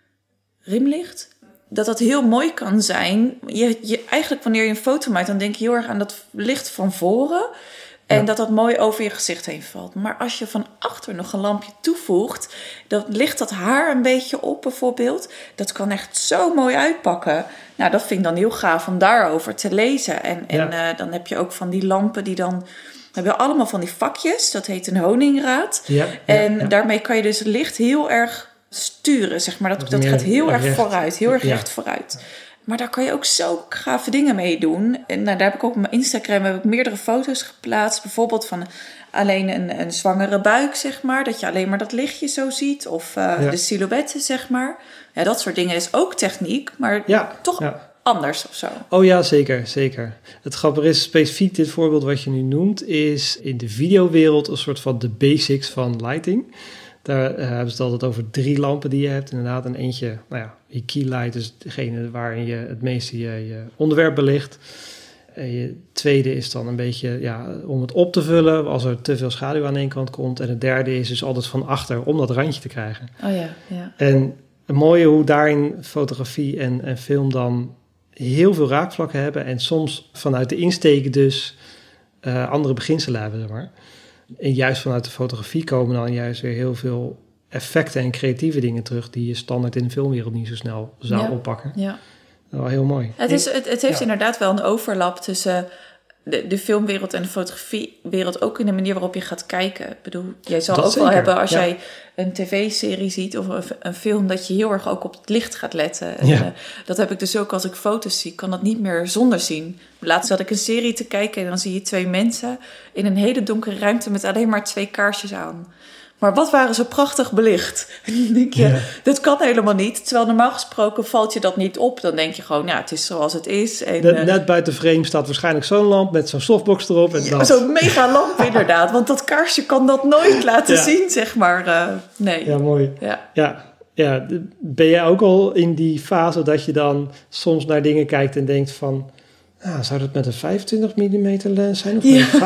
B: rimlicht. Dat heel mooi kan zijn. Eigenlijk wanneer je een foto maakt, dan denk je heel erg aan dat licht van voren. En dat mooi over je gezicht heen valt. Maar als je van achter nog een lampje toevoegt, dan ligt dat haar een beetje op bijvoorbeeld. Dat kan echt zo mooi uitpakken. Nou, dat vind ik dan heel gaaf om daarover te lezen. En dan heb je ook van die lampen die dan hebben allemaal van die vakjes. Dat heet een honingraad. En daarmee kan je dus het licht heel erg sturen, zeg maar. Dat gaat heel erg recht vooruit, heel erg recht vooruit. Maar daar kan je ook zo gave dingen mee doen. En daar heb ik ook op mijn Instagram meerdere foto's geplaatst. Bijvoorbeeld van alleen een zwangere buik, zeg maar. Dat je alleen maar dat lichtje zo ziet. Of de silhouetten, zeg maar. Ja, dat soort dingen is ook techniek, maar toch anders of zo.
A: Oh ja, zeker, zeker. Het grappige is, specifiek dit voorbeeld wat je nu noemt, is in de videowereld een soort van de basics van lighting. Daar hebben ze het altijd over 3 lampen die je hebt. Inderdaad, en eentje, je key light is degene waarin je het meeste je onderwerp belicht. En je tweede is dan een beetje om het op te vullen als er te veel schaduw aan één kant komt. En het derde is dus altijd van achter om dat randje te krijgen.
B: Oh ja.
A: En het mooie hoe daarin fotografie en film dan heel veel raakvlakken hebben. En soms vanuit de insteek dus andere beginselen hebben, zeg maar. En juist vanuit de fotografie komen dan juist weer heel veel effecten en creatieve dingen terug die je standaard in de filmwereld niet zo snel zou oppakken.
B: Ja.
A: Wel heel mooi.
B: Het heeft inderdaad wel een overlap tussen de filmwereld en de fotografiewereld, ook in de manier waarop je gaat kijken. Ik bedoel, jij zal dat ook zeker wel hebben als jij een tv-serie ziet of een film, dat je heel erg ook op het licht gaat letten. En, dat heb ik dus ook als ik foto's zie, kan dat niet meer zonder zien. Laatst zat ik een serie te kijken en dan zie je 2 mensen in een hele donkere ruimte met alleen maar 2 kaarsjes aan. Maar wat waren ze prachtig belicht. En dan denk je, dat kan helemaal niet. Terwijl normaal gesproken valt je dat niet op. Dan denk je gewoon, het is zoals het is. En,
A: net buiten frame staat waarschijnlijk zo'n lamp met zo'n softbox erop. En
B: zo'n mega lamp inderdaad. Want dat kaarsje kan dat nooit laten zien, zeg maar. Nee.
A: Ja, mooi. Ja, ben jij ook al in die fase dat je dan soms naar dingen kijkt en denkt van, zou dat met een 25 mm lens zijn of met een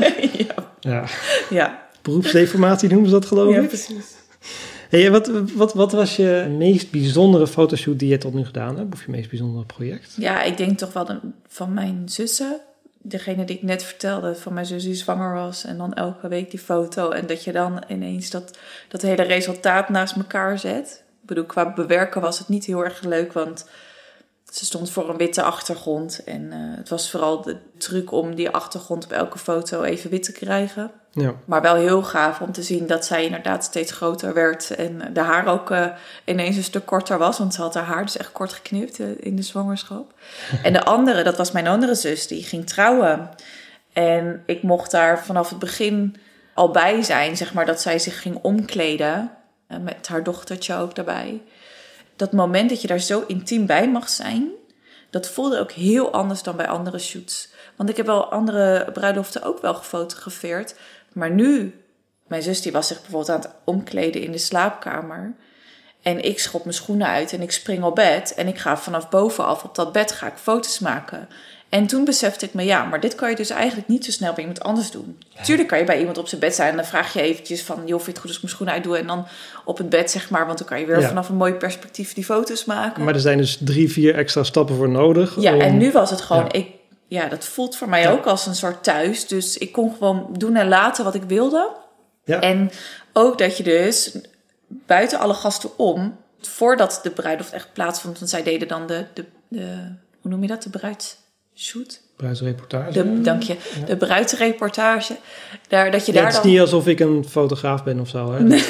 A: 50? Ja. Beroepsdeformatie noemen ze dat, geloof ik.
B: Ja, precies.
A: Hey, wat was je meest bijzondere fotoshoot die je tot nu gedaan hebt? Of je meest bijzondere project?
B: Ja, ik denk toch wel van mijn zussen. Degene die ik net vertelde, van mijn zus die zwanger was. En dan elke week die foto. En dat je dan ineens dat hele resultaat naast elkaar zet. Ik bedoel, qua bewerken was het niet heel erg leuk, want ze stond voor een witte achtergrond. En het was vooral de truc om die achtergrond op elke foto even wit te krijgen. Ja. Maar wel heel gaaf om te zien dat zij inderdaad steeds groter werd. En de haar ook ineens een stuk korter was. Want ze had haar haar dus echt kort geknipt in de zwangerschap. En de andere, dat was mijn andere zus, die ging trouwen. En ik mocht daar vanaf het begin al bij zijn, zeg maar, dat zij zich ging omkleden. Met haar dochtertje ook daarbij. Dat moment dat je daar zo intiem bij mag zijn, dat voelde ook heel anders dan bij andere shoots. Want ik heb wel andere bruiloften ook wel gefotografeerd. Maar nu, mijn zus die was zich bijvoorbeeld aan het omkleden in de slaapkamer. En ik schop mijn schoenen uit en ik spring op bed. En ik ga vanaf bovenaf op dat bed ga ik foto's maken. En toen besefte ik me, maar dit kan je dus eigenlijk niet zo snel bij iemand anders doen. Tuurlijk kan je bij iemand op zijn bed zijn en dan vraag je eventjes van, joh, vind je het goed als ik mijn schoenen uitdoe? En dan op het bed, zeg maar, want dan kan je weer vanaf een mooi perspectief die foto's maken.
A: Maar er zijn dus 3-4 extra stappen voor nodig.
B: Ja, en nu was het gewoon, dat voelt voor mij ook als een soort thuis. Dus ik kon gewoon doen en laten wat ik wilde. Ja. En ook dat je dus buiten alle gasten om, voordat de bruiloft echt plaatsvond, want zij deden dan de hoe noem je dat, de bruidsshoot?
A: Bruidsreportage.
B: Dank je. Ja. De bruidsreportage. Dat je daar
A: het is niet alsof ik een fotograaf ben of zo. Hè?
B: Nee.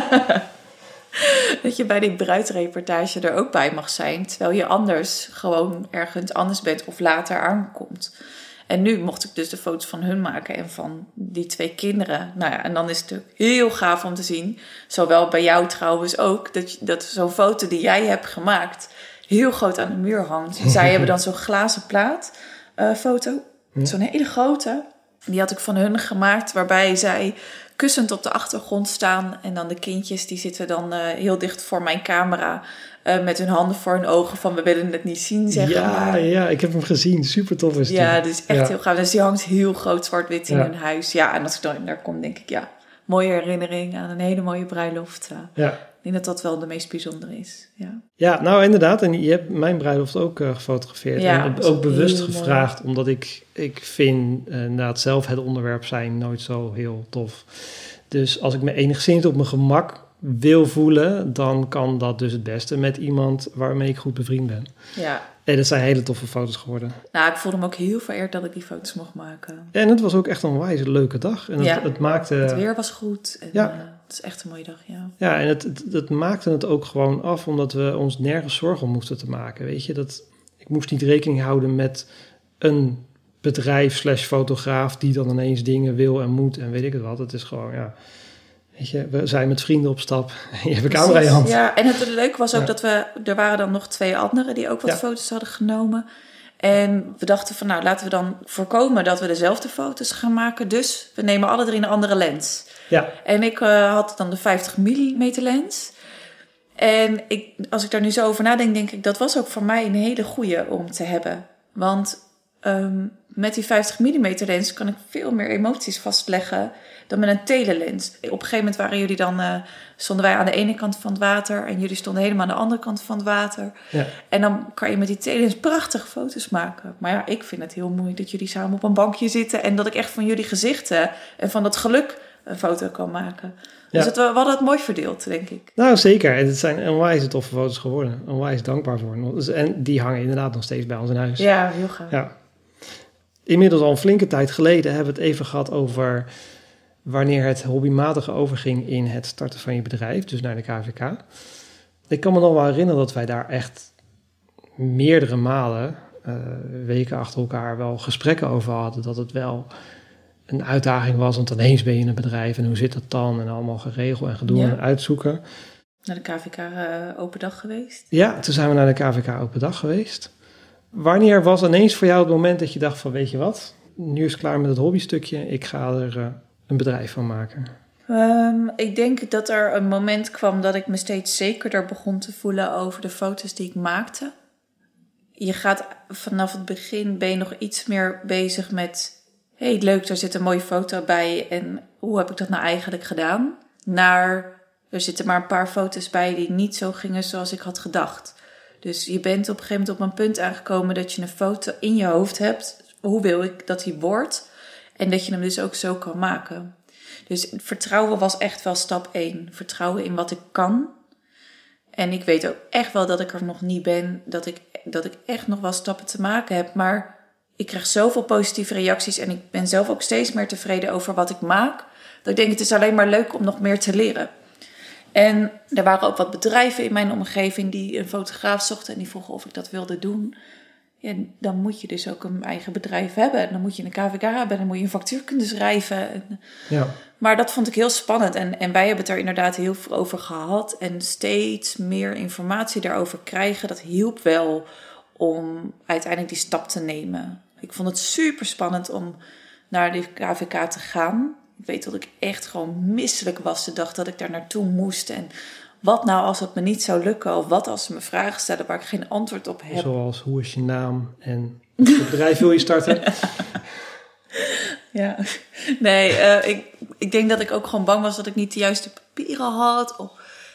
B: Dat je bij die bruidsreportage er ook bij mag zijn, terwijl je anders gewoon ergens anders bent of later aankomt. En nu mocht ik dus de foto's van hun maken en van die 2 kinderen. Nou ja, en dan is het natuurlijk heel gaaf om te zien, zowel bij jou trouwens ook, dat zo'n foto die jij hebt gemaakt heel groot aan de muur hangt. Zij hebben dan zo'n glazen plaat foto, zo'n hele grote. Die had ik van hun gemaakt, waarbij zij kussend op de achtergrond staan. En dan de kindjes, die zitten dan heel dicht voor mijn camera. Met hun handen voor hun ogen van, we willen het niet zien, zeggen maar.
A: Ja, ik heb hem gezien. Super tof is die.
B: Ja, dat is echt heel gaaf. Dus die hangt heel groot zwart-wit in hun huis. Ja, en als ik dan daar kom, denk ik, mooie herinnering aan een hele mooie bruiloft. Ik denk dat dat wel de meest bijzondere is.
A: Ja, nou inderdaad. En je hebt mijn bruiloft ook gefotografeerd.
B: Ja,
A: en ook bewust gevraagd. Mooi. Omdat ik vind inderdaad zelf het onderwerp zijn nooit zo heel tof. Dus als ik me enigszins op mijn gemak wil voelen, dan kan dat dus het beste met iemand waarmee ik goed bevriend ben. Ja. En dat zijn hele toffe foto's geworden.
B: Nou, ik voelde me ook heel vereerd dat ik die foto's mocht maken.
A: En het was ook echt een wijze leuke dag. En het maakte...
B: Het weer was goed. En, het is echt een mooie dag,
A: Ja, en het maakte het ook gewoon af, omdat we ons nergens zorgen om moesten te maken. Weet je, ik moest niet rekening houden met een bedrijf/fotograaf die dan ineens dingen wil en moet en weet ik het wat. Het is gewoon, weet je, we zijn met vrienden op stap. Je hebt een camera in je hand.
B: Ja, en het leuke was ook dat er waren dan nog 2 anderen die ook wat foto's hadden genomen. En we dachten van, laten we dan voorkomen dat we dezelfde foto's gaan maken. Dus we nemen alle 3 een andere lens.
A: Ja.
B: En ik had dan de 50 mm lens. En als ik daar nu zo over nadenk, denk ik, dat was ook voor mij een hele goeie om te hebben. Want met die 50 mm lens kan ik veel meer emoties vastleggen dan met een telelens. Op een gegeven moment waren jullie stonden wij aan de ene kant van het water en jullie stonden helemaal aan de andere kant van het water.
A: Ja.
B: En dan kan je met die telelens prachtige foto's maken. Maar ja, ik vind het heel mooi dat jullie samen op een bankje zitten en dat ik echt van jullie gezichten en van dat geluk een foto kan maken. Dus we hadden het mooi verdeeld, denk ik.
A: Nou, zeker. En het zijn onwijs toffe foto's geworden. Onwijs dankbaar voor. Dus, en die hangen inderdaad nog steeds bij ons in huis.
B: Ja, heel gaaf.
A: Ja. Inmiddels al een flinke tijd geleden hebben we het even gehad over wanneer het hobbymatige overging in het starten van je bedrijf, dus naar de KVK. Ik kan me nog wel herinneren dat wij daar echt meerdere malen, weken achter elkaar, wel gesprekken over hadden. Dat het wel een uitdaging was, want ineens ben je in een bedrijf en hoe zit dat dan? En allemaal geregeld en gedoe en uitzoeken.
B: Naar de KVK Open Dag geweest?
A: Ja, toen zijn we naar de KVK Open Dag geweest. Wanneer was ineens voor jou het moment dat je dacht van, weet je wat, nu is het klaar met het hobbystukje, ik ga er een bedrijf van maken?
B: Ik denk dat er een moment kwam dat ik me steeds zekerder begon te voelen over de foto's die ik maakte. Je gaat vanaf het begin, ben je nog iets meer bezig met, hey, leuk, daar zit een mooie foto bij en hoe heb ik dat nou eigenlijk gedaan? Er zitten maar een paar foto's bij die niet zo gingen zoals ik had gedacht. Dus je bent op een gegeven moment op een punt aangekomen dat je een foto in je hoofd hebt. Hoe wil ik dat die wordt? En dat je hem dus ook zo kan maken. Dus vertrouwen was echt wel stap 1. Vertrouwen in wat ik kan. En ik weet ook echt wel dat ik er nog niet ben. Dat ik echt nog wel stappen te maken heb. Maar ik krijg zoveel positieve reacties. En ik ben zelf ook steeds meer tevreden over wat ik maak. Dat ik denk, het is alleen maar leuk om nog meer te leren. En er waren ook wat bedrijven in mijn omgeving die een fotograaf zochten en die vroegen of ik dat wilde doen. Ja, dan moet je dus ook een eigen bedrijf hebben. En dan moet je een KVK hebben en dan moet je een factuur kunnen schrijven.
A: Ja.
B: Maar dat vond ik heel spannend. En wij hebben het er inderdaad heel veel over gehad. En steeds meer informatie daarover krijgen, dat hielp wel om uiteindelijk die stap te nemen. Ik vond het super spannend om naar de KVK te gaan. Ik weet dat ik echt gewoon misselijk was de dag dat ik daar naartoe moest. En wat nou als het me niet zou lukken? Of wat als ze me vragen stellen waar ik geen antwoord op heb?
A: Zoals, hoe is je naam en wat bedrijf wil je starten?
B: Ja, nee, ik denk dat ik ook gewoon bang was dat ik niet de juiste papieren had. Of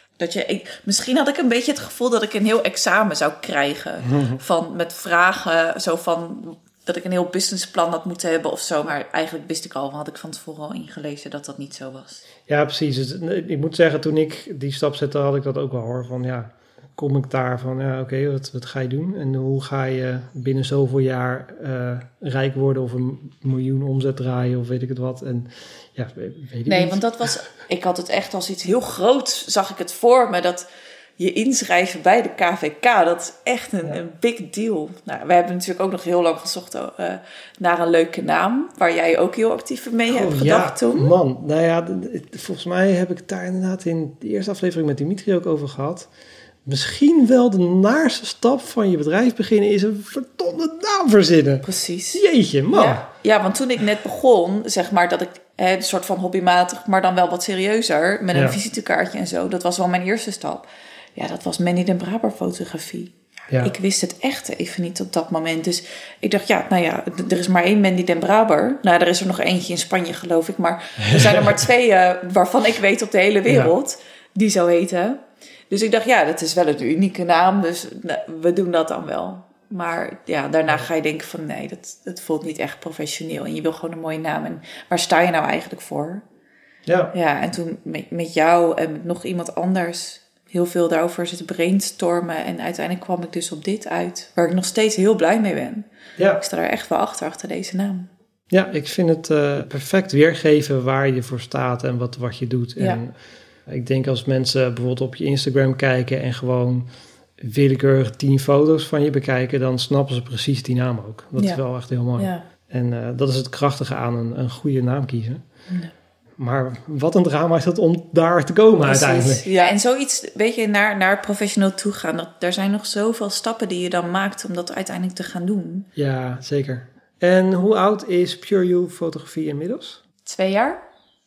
B: misschien had ik een beetje het gevoel dat ik een heel examen zou krijgen. Met vragen, zo van dat ik een heel businessplan had moeten hebben of zo. Maar eigenlijk wist ik had ik van tevoren al ingelezen dat dat niet zo was.
A: Ja, precies. Dus, ik moet zeggen, toen ik die stap zette, had ik dat ook wel hoor. Van ja, kom ik daar van, ja oké, wat ga je doen? En hoe ga je binnen zoveel jaar rijk worden of 1 miljoen omzet draaien of weet ik het wat? En ja, weet ik
B: Nee,
A: niet.
B: want ik had het echt als iets heel groots, zag ik het voor me, dat je inschrijven bij de KVK, dat is echt een big deal. Nou, we hebben natuurlijk ook nog heel lang gezocht naar een leuke naam, waar jij ook heel actief mee hebt gedacht toen.
A: Man, nou ja, volgens mij heb ik het daar inderdaad in de eerste aflevering met Dimitri ook over gehad. Misschien wel de naarste stap van je bedrijf beginnen is een verdomde naam verzinnen.
B: Precies.
A: Jeetje, man.
B: Ja, want toen ik net begon, zeg maar dat ik een soort van hobbymatig, maar dan wel wat serieuzer, met een visitekaartje en zo, dat was wel mijn eerste stap. Ja, dat was Mandy den Braber fotografie. Ja. Ik wist het echt even niet op dat moment. Dus ik dacht, er is maar 1 Mandy den Braber. Nou, er is er nog eentje in Spanje, geloof ik. Maar er zijn er maar 2 waarvan ik weet op de hele wereld die zo heten. Dus ik dacht, dat is wel een unieke naam. Dus we doen dat dan wel. Maar ja, daarna ga je denken van nee, dat voelt niet echt professioneel. En je wil gewoon een mooie naam. En waar sta je nou eigenlijk voor? Ja. Ja, en toen met jou en met nog iemand anders heel veel daarover zitten brainstormen. En uiteindelijk kwam ik dus op dit uit, waar ik nog steeds heel blij mee ben. Ja. Ik sta er echt wel achter deze naam.
A: Ja, ik vind het perfect weergeven waar je voor staat en wat je doet. Ja. En ik denk als mensen bijvoorbeeld op je Instagram kijken en gewoon willekeurig 10 foto's van je bekijken, dan snappen ze precies die naam ook. Dat is wel echt heel mooi. Ja. En dat is het krachtige aan een goede naam kiezen. Ja. Maar wat een drama is dat om daar te komen uiteindelijk.
B: Ja, en zoiets, weet je, naar professioneel toe gaan. Er zijn nog zoveel stappen die je dan maakt om dat uiteindelijk te gaan doen.
A: Ja, zeker. En hoe oud is Pure You Fotografie inmiddels?
B: 2 jaar.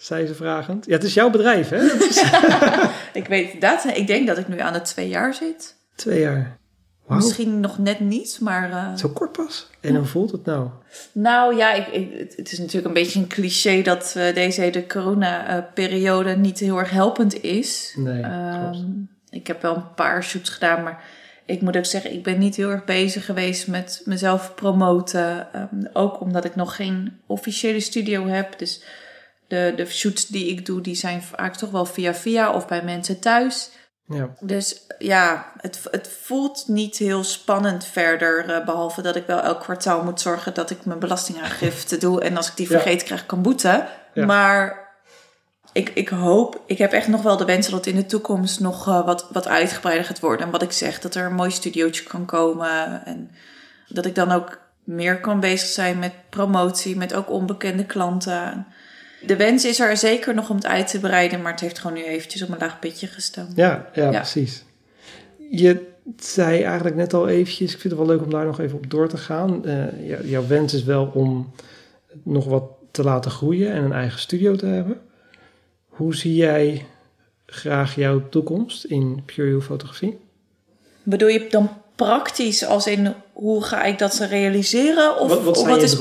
A: zei ze vragend. Ja, het is jouw bedrijf, hè? Dat is...
B: Ik weet dat. Ik denk dat ik nu aan de 2 jaar zit.
A: 2 jaar. Wow.
B: Misschien nog net niet, maar...
A: Zo kort pas? En hoe voelt het nou?
B: Nou ja, het is natuurlijk een beetje een cliché dat deze hele corona-periode niet heel erg helpend is.
A: Nee, klopt.
B: Ik heb wel een paar shoots gedaan, maar ik moet ook zeggen, ik ben niet heel erg bezig geweest met mezelf promoten. Ook omdat ik nog geen officiële studio heb. Dus de shoots die ik doe, die zijn vaak toch wel via of bij mensen thuis.
A: Ja.
B: Dus ja, het voelt niet heel spannend verder. Behalve dat ik wel elk kwartaal moet zorgen dat ik mijn belastingaangifte doe. En als ik die vergeet, krijg ik een boete. Ja. Maar ik hoop, ik heb echt nog wel de wens dat het in de toekomst nog wat uitgebreider gaat worden. En wat ik zeg, dat er een mooi studiootje kan komen. En dat ik dan ook meer kan bezig zijn met promotie, met ook onbekende klanten. De wens is er zeker nog om het uit te breiden, maar het heeft gewoon nu eventjes op een laag pitje gestaan.
A: Ja, precies. Je zei eigenlijk net al eventjes, ik vind het wel leuk om daar nog even op door te gaan. Jouw wens is wel om nog wat te laten groeien en een eigen studio te hebben. Hoe zie jij graag jouw toekomst in Pure You fotografie? Bedoel
B: je dan praktisch als in hoe ga ik dat realiseren? Of wat is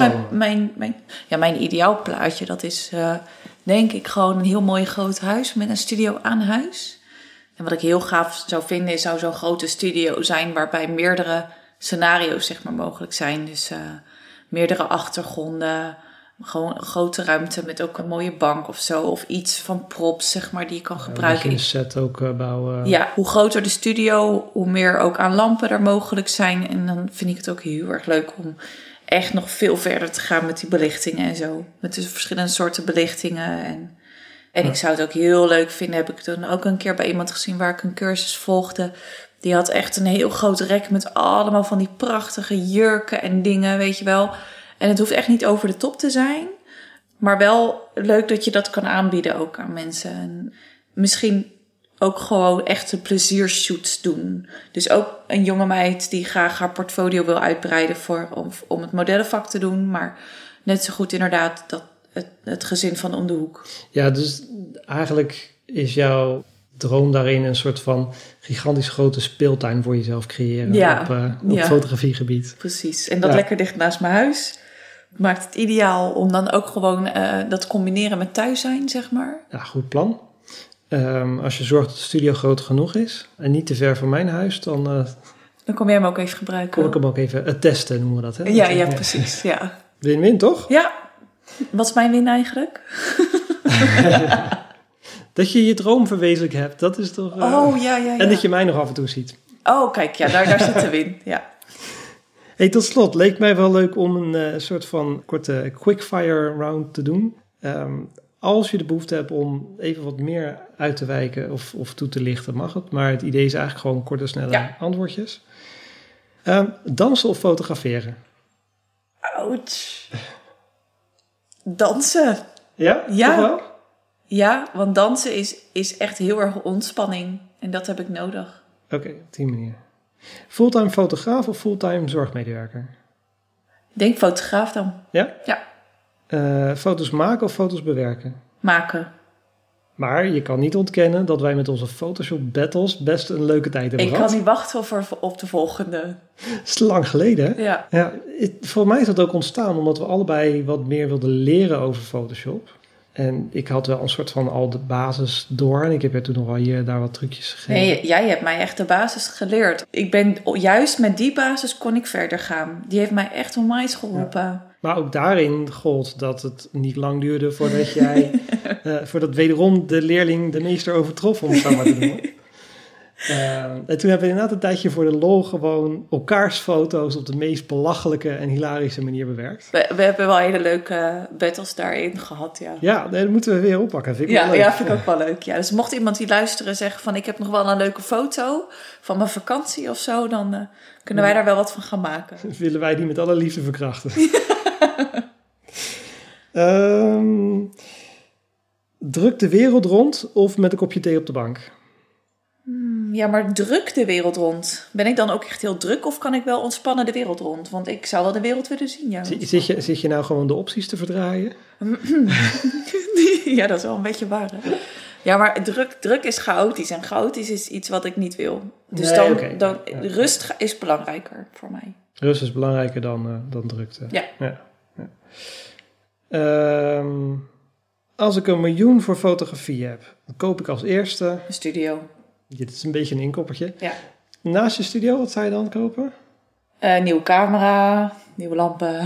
B: mijn ideaal plaatje? Dat is denk ik gewoon een heel mooi groot huis met een studio aan huis. En wat ik heel gaaf zou vinden zou zo'n grote studio zijn waarbij meerdere scenario's zeg maar mogelijk zijn. Dus meerdere achtergronden, gewoon een grote ruimte met ook een mooie bank of zo. Of iets van props zeg maar die je kan gebruiken.
A: Een set ook bouwen.
B: Ja, hoe groter de studio, hoe meer ook aan lampen er mogelijk zijn. En dan vind ik het ook heel erg leuk om echt nog veel verder te gaan met die belichtingen en zo. Met de verschillende soorten belichtingen. En ik zou het ook heel leuk vinden, heb ik toen ook een keer bij iemand gezien waar ik een cursus volgde. Die had echt een heel groot rek met allemaal van die prachtige jurken en dingen, weet je wel. En het hoeft echt niet over de top te zijn. Maar wel leuk dat je dat kan aanbieden ook aan mensen. En misschien ook gewoon echte pleziershoots doen. Dus ook een jonge meid die graag haar portfolio wil uitbreiden om het modellenvak te doen. Maar net zo goed inderdaad het gezin van om de hoek.
A: Ja, dus eigenlijk is jouw droom daarin een soort van gigantisch grote speeltuin voor jezelf creëren op fotografiegebied.
B: Precies. En dat lekker dicht naast mijn huis. Maakt het ideaal om dan ook gewoon dat combineren met thuis zijn, zeg maar.
A: Ja, goed plan. Als je zorgt dat de studio groot genoeg is en niet te ver van mijn huis, dan
B: kom jij hem ook even gebruiken.
A: Kom ik hem ook even testen, noemen we dat, hè?
B: Ja, precies. Ja.
A: Win-win, toch?
B: Ja. Wat is mijn win eigenlijk?
A: Dat je je droom verwezenlijk hebt, dat is toch...
B: ja.
A: En dat je mij nog af en toe ziet.
B: Oh, kijk, ja, daar zit de win, ja.
A: Hey, tot slot, leek mij wel leuk om een soort van korte quickfire round te doen. Als je de behoefte hebt om even wat meer uit te wijken of toe te lichten, mag het. Maar het idee is eigenlijk gewoon korte, snelle antwoordjes. Dansen of fotograferen?
B: Ouch. Dansen.
A: Ja? Toch wel?
B: Ja, want dansen is echt heel erg ontspanning. En dat heb ik nodig.
A: Oké, op die manier. Fulltime fotograaf of fulltime zorgmedewerker?
B: Ik denk fotograaf dan.
A: Ja?
B: Ja.
A: Foto's maken of foto's bewerken?
B: Maken.
A: Maar je kan niet ontkennen dat wij met onze Photoshop battles best een leuke tijd hebben gehad.
B: Ik kan niet wachten op de volgende.
A: Dat is lang geleden, hè?
B: Ja.
A: Voor mij is dat ook ontstaan omdat we allebei wat meer wilden leren over Photoshop. En ik had wel een soort van al de basis door. En ik heb er toen nog wel hier daar wat trucjes gegeven.
B: Nee, jij hebt mij echt de basis geleerd. Ik ben juist met die basis kon ik verder gaan. Die heeft mij echt onwijs geholpen. Ja.
A: Maar ook daarin gold dat het niet lang duurde voordat jij... voordat wederom de leerling de meester overtrof, om het zo maar te doen. En toen hebben we inderdaad een tijdje voor de lol gewoon elkaars foto's op de meest belachelijke en hilarische manier bewerkt.
B: We hebben wel hele leuke battles daarin gehad, ja.
A: Ja, dat moeten we weer oppakken. Vind ik wel leuk.
B: Ja, vind ik ook wel leuk. Ja. Dus mocht iemand die luisteren zeggen van ik heb nog wel een leuke foto van mijn vakantie of zo, dan kunnen wij daar wel wat van gaan maken.
A: Willen wij die met alle liefde verkrachten. Druk de wereld rond of met een kopje thee op de bank?
B: Ja, maar druk de wereld rond. Ben ik dan ook echt heel druk of kan ik wel ontspannen de wereld rond? Want ik zou wel de wereld willen zien, ja.
A: Zit je nou gewoon de opties te verdraaien?
B: Ja, dat is wel een beetje waar. Hè? Ja, maar druk is chaotisch. En chaotisch is iets wat ik niet wil. Dus rust is belangrijker voor mij.
A: Rust is belangrijker dan drukte.
B: Ja.
A: Als ik 1 miljoen voor fotografie heb, dan koop ik als eerste...
B: Een studio.
A: Dit is een beetje een inkoppertje.
B: Ja.
A: Naast je studio, wat zou je dan kopen?
B: Nieuwe camera, nieuwe lampen.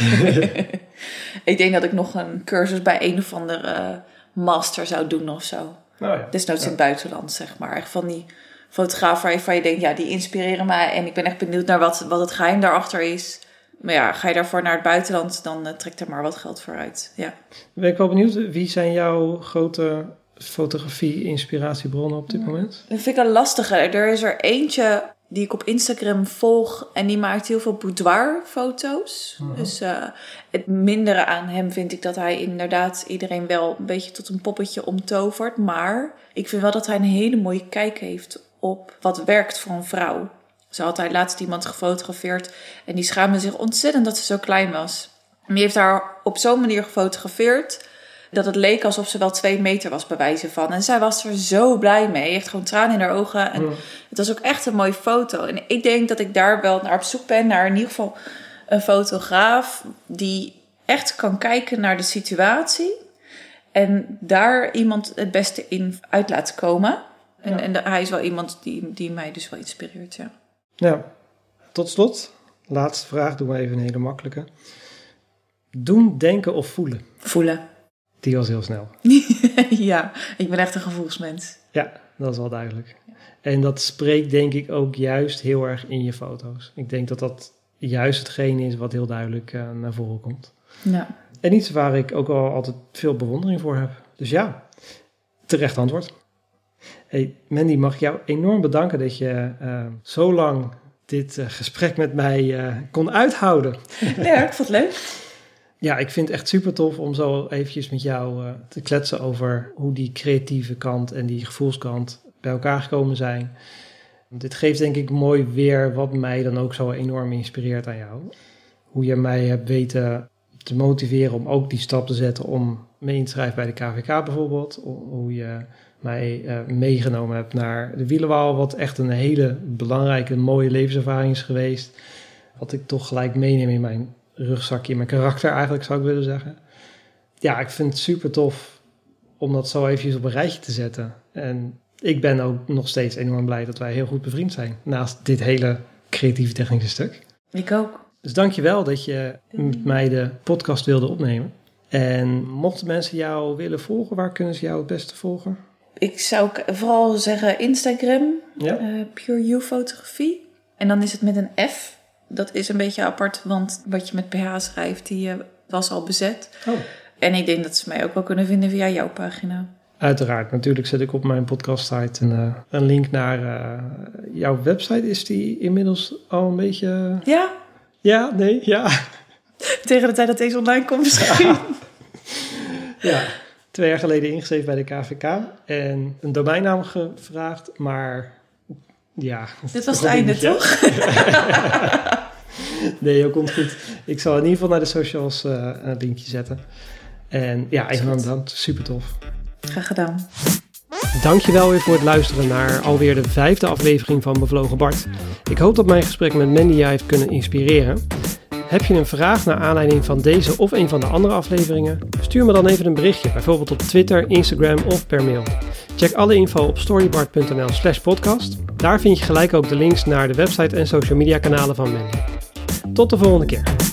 B: Ik denk dat ik nog een cursus bij een of andere master zou doen of zo.
A: Oh ja.
B: Desnoods in het buitenland, zeg maar. Echt van die fotografen waarvan je denkt, ja, die inspireren mij. En ik ben echt benieuwd naar wat het geheim daarachter is. Maar ja, ga je daarvoor naar het buitenland, dan trekt er maar wat geld voor uit. Ja.
A: Ben ik wel benieuwd, wie zijn jouw grote fotografie-inspiratiebronnen op dit moment?
B: Dat vind ik een lastige. Er is er eentje die ik op Instagram volg en die maakt heel veel boudoir-foto's. Uh-huh. Dus het mindere aan hem vind ik dat hij inderdaad iedereen wel een beetje tot een poppetje omtovert. Maar ik vind wel dat hij een hele mooie kijk heeft op wat werkt voor een vrouw. Zo had hij laatst iemand gefotografeerd en die schaamde zich ontzettend dat ze zo klein was. En die heeft haar op zo'n manier gefotografeerd dat het leek alsof ze wel 2 meter was, bij wijze van. En zij was er zo blij mee. Heeft gewoon tranen in haar ogen. En het was ook echt een mooie foto. En ik denk dat ik daar wel naar op zoek ben. Naar in ieder geval een fotograaf die echt kan kijken naar de situatie. En daar iemand het beste in uit laten komen. En hij is wel iemand die mij dus wel inspireert, ja.
A: Ja, tot slot. Laatste vraag, doen we even een hele makkelijke. Doen, denken of voelen?
B: Voelen.
A: Die was heel snel.
B: Ja, ik ben echt een gevoelsmens.
A: Ja, dat is wel duidelijk. En dat spreekt denk ik ook juist heel erg in je foto's. Ik denk dat dat juist hetgene is wat heel duidelijk naar voren komt.
B: Ja.
A: En iets waar ik ook al altijd veel bewondering voor heb. Dus ja, terecht antwoord. Hey, Mandy, mag ik jou enorm bedanken dat je zo lang dit gesprek met mij kon uithouden.
B: Ja, ik vond het leuk.
A: Ja, ik vind het echt super tof om zo eventjes met jou te kletsen over hoe die creatieve kant en die gevoelskant bij elkaar gekomen zijn. Dit geeft denk ik mooi weer wat mij dan ook zo enorm inspireert aan jou. Hoe je mij hebt weten te motiveren om ook die stap te zetten om mee in te schrijven bij de KVK bijvoorbeeld. Hoe je mij meegenomen hebt naar de Wielerwal, wat echt een hele belangrijke, mooie levenservaring is geweest. Wat ik toch gelijk meeneem in mijn rugzakje, in mijn karakter eigenlijk zou ik willen zeggen. Ja, ik vind het super tof om dat zo eventjes op een rijtje te zetten. En ik ben ook nog steeds enorm blij dat wij heel goed bevriend zijn. Naast dit hele creatieve technische stuk.
B: Ik ook.
A: Dus dank je wel dat je met mij de podcast wilde opnemen. En mochten mensen jou willen volgen, waar kunnen ze jou het beste volgen? Ik zou vooral zeggen Instagram, Pure You Fotografie. En dan is het met een F. Dat is een beetje apart, want wat je met PH schrijft, die was al bezet. Oh. En ik denk dat ze mij ook wel kunnen vinden via jouw pagina. Uiteraard. Natuurlijk zet ik op mijn podcastsite een link naar jouw website. Is die inmiddels al een beetje... Ja. Ja, nee, ja. Tegen de tijd dat deze online komt misschien. Ja, 2 jaar geleden ingeschreven bij de KVK. En een domeinnaam gevraagd, maar ja. Dit was het einde, toch? Nee, dat komt goed. Ik zal in ieder geval naar de socials een linkje zetten. En ja, even bedankt. Super tof. Graag gedaan. Dankjewel weer voor het luisteren naar alweer de 5e aflevering van Bevlogen Bart. Ik hoop dat mijn gesprek met Mandy jou heeft kunnen inspireren. Heb je een vraag naar aanleiding van deze of een van de andere afleveringen? Stuur me dan even een berichtje, bijvoorbeeld op Twitter, Instagram of per mail. Check alle info op storybart.nl/podcast. Daar vind je gelijk ook de links naar de website en social media kanalen van Mandy. Tot de volgende keer.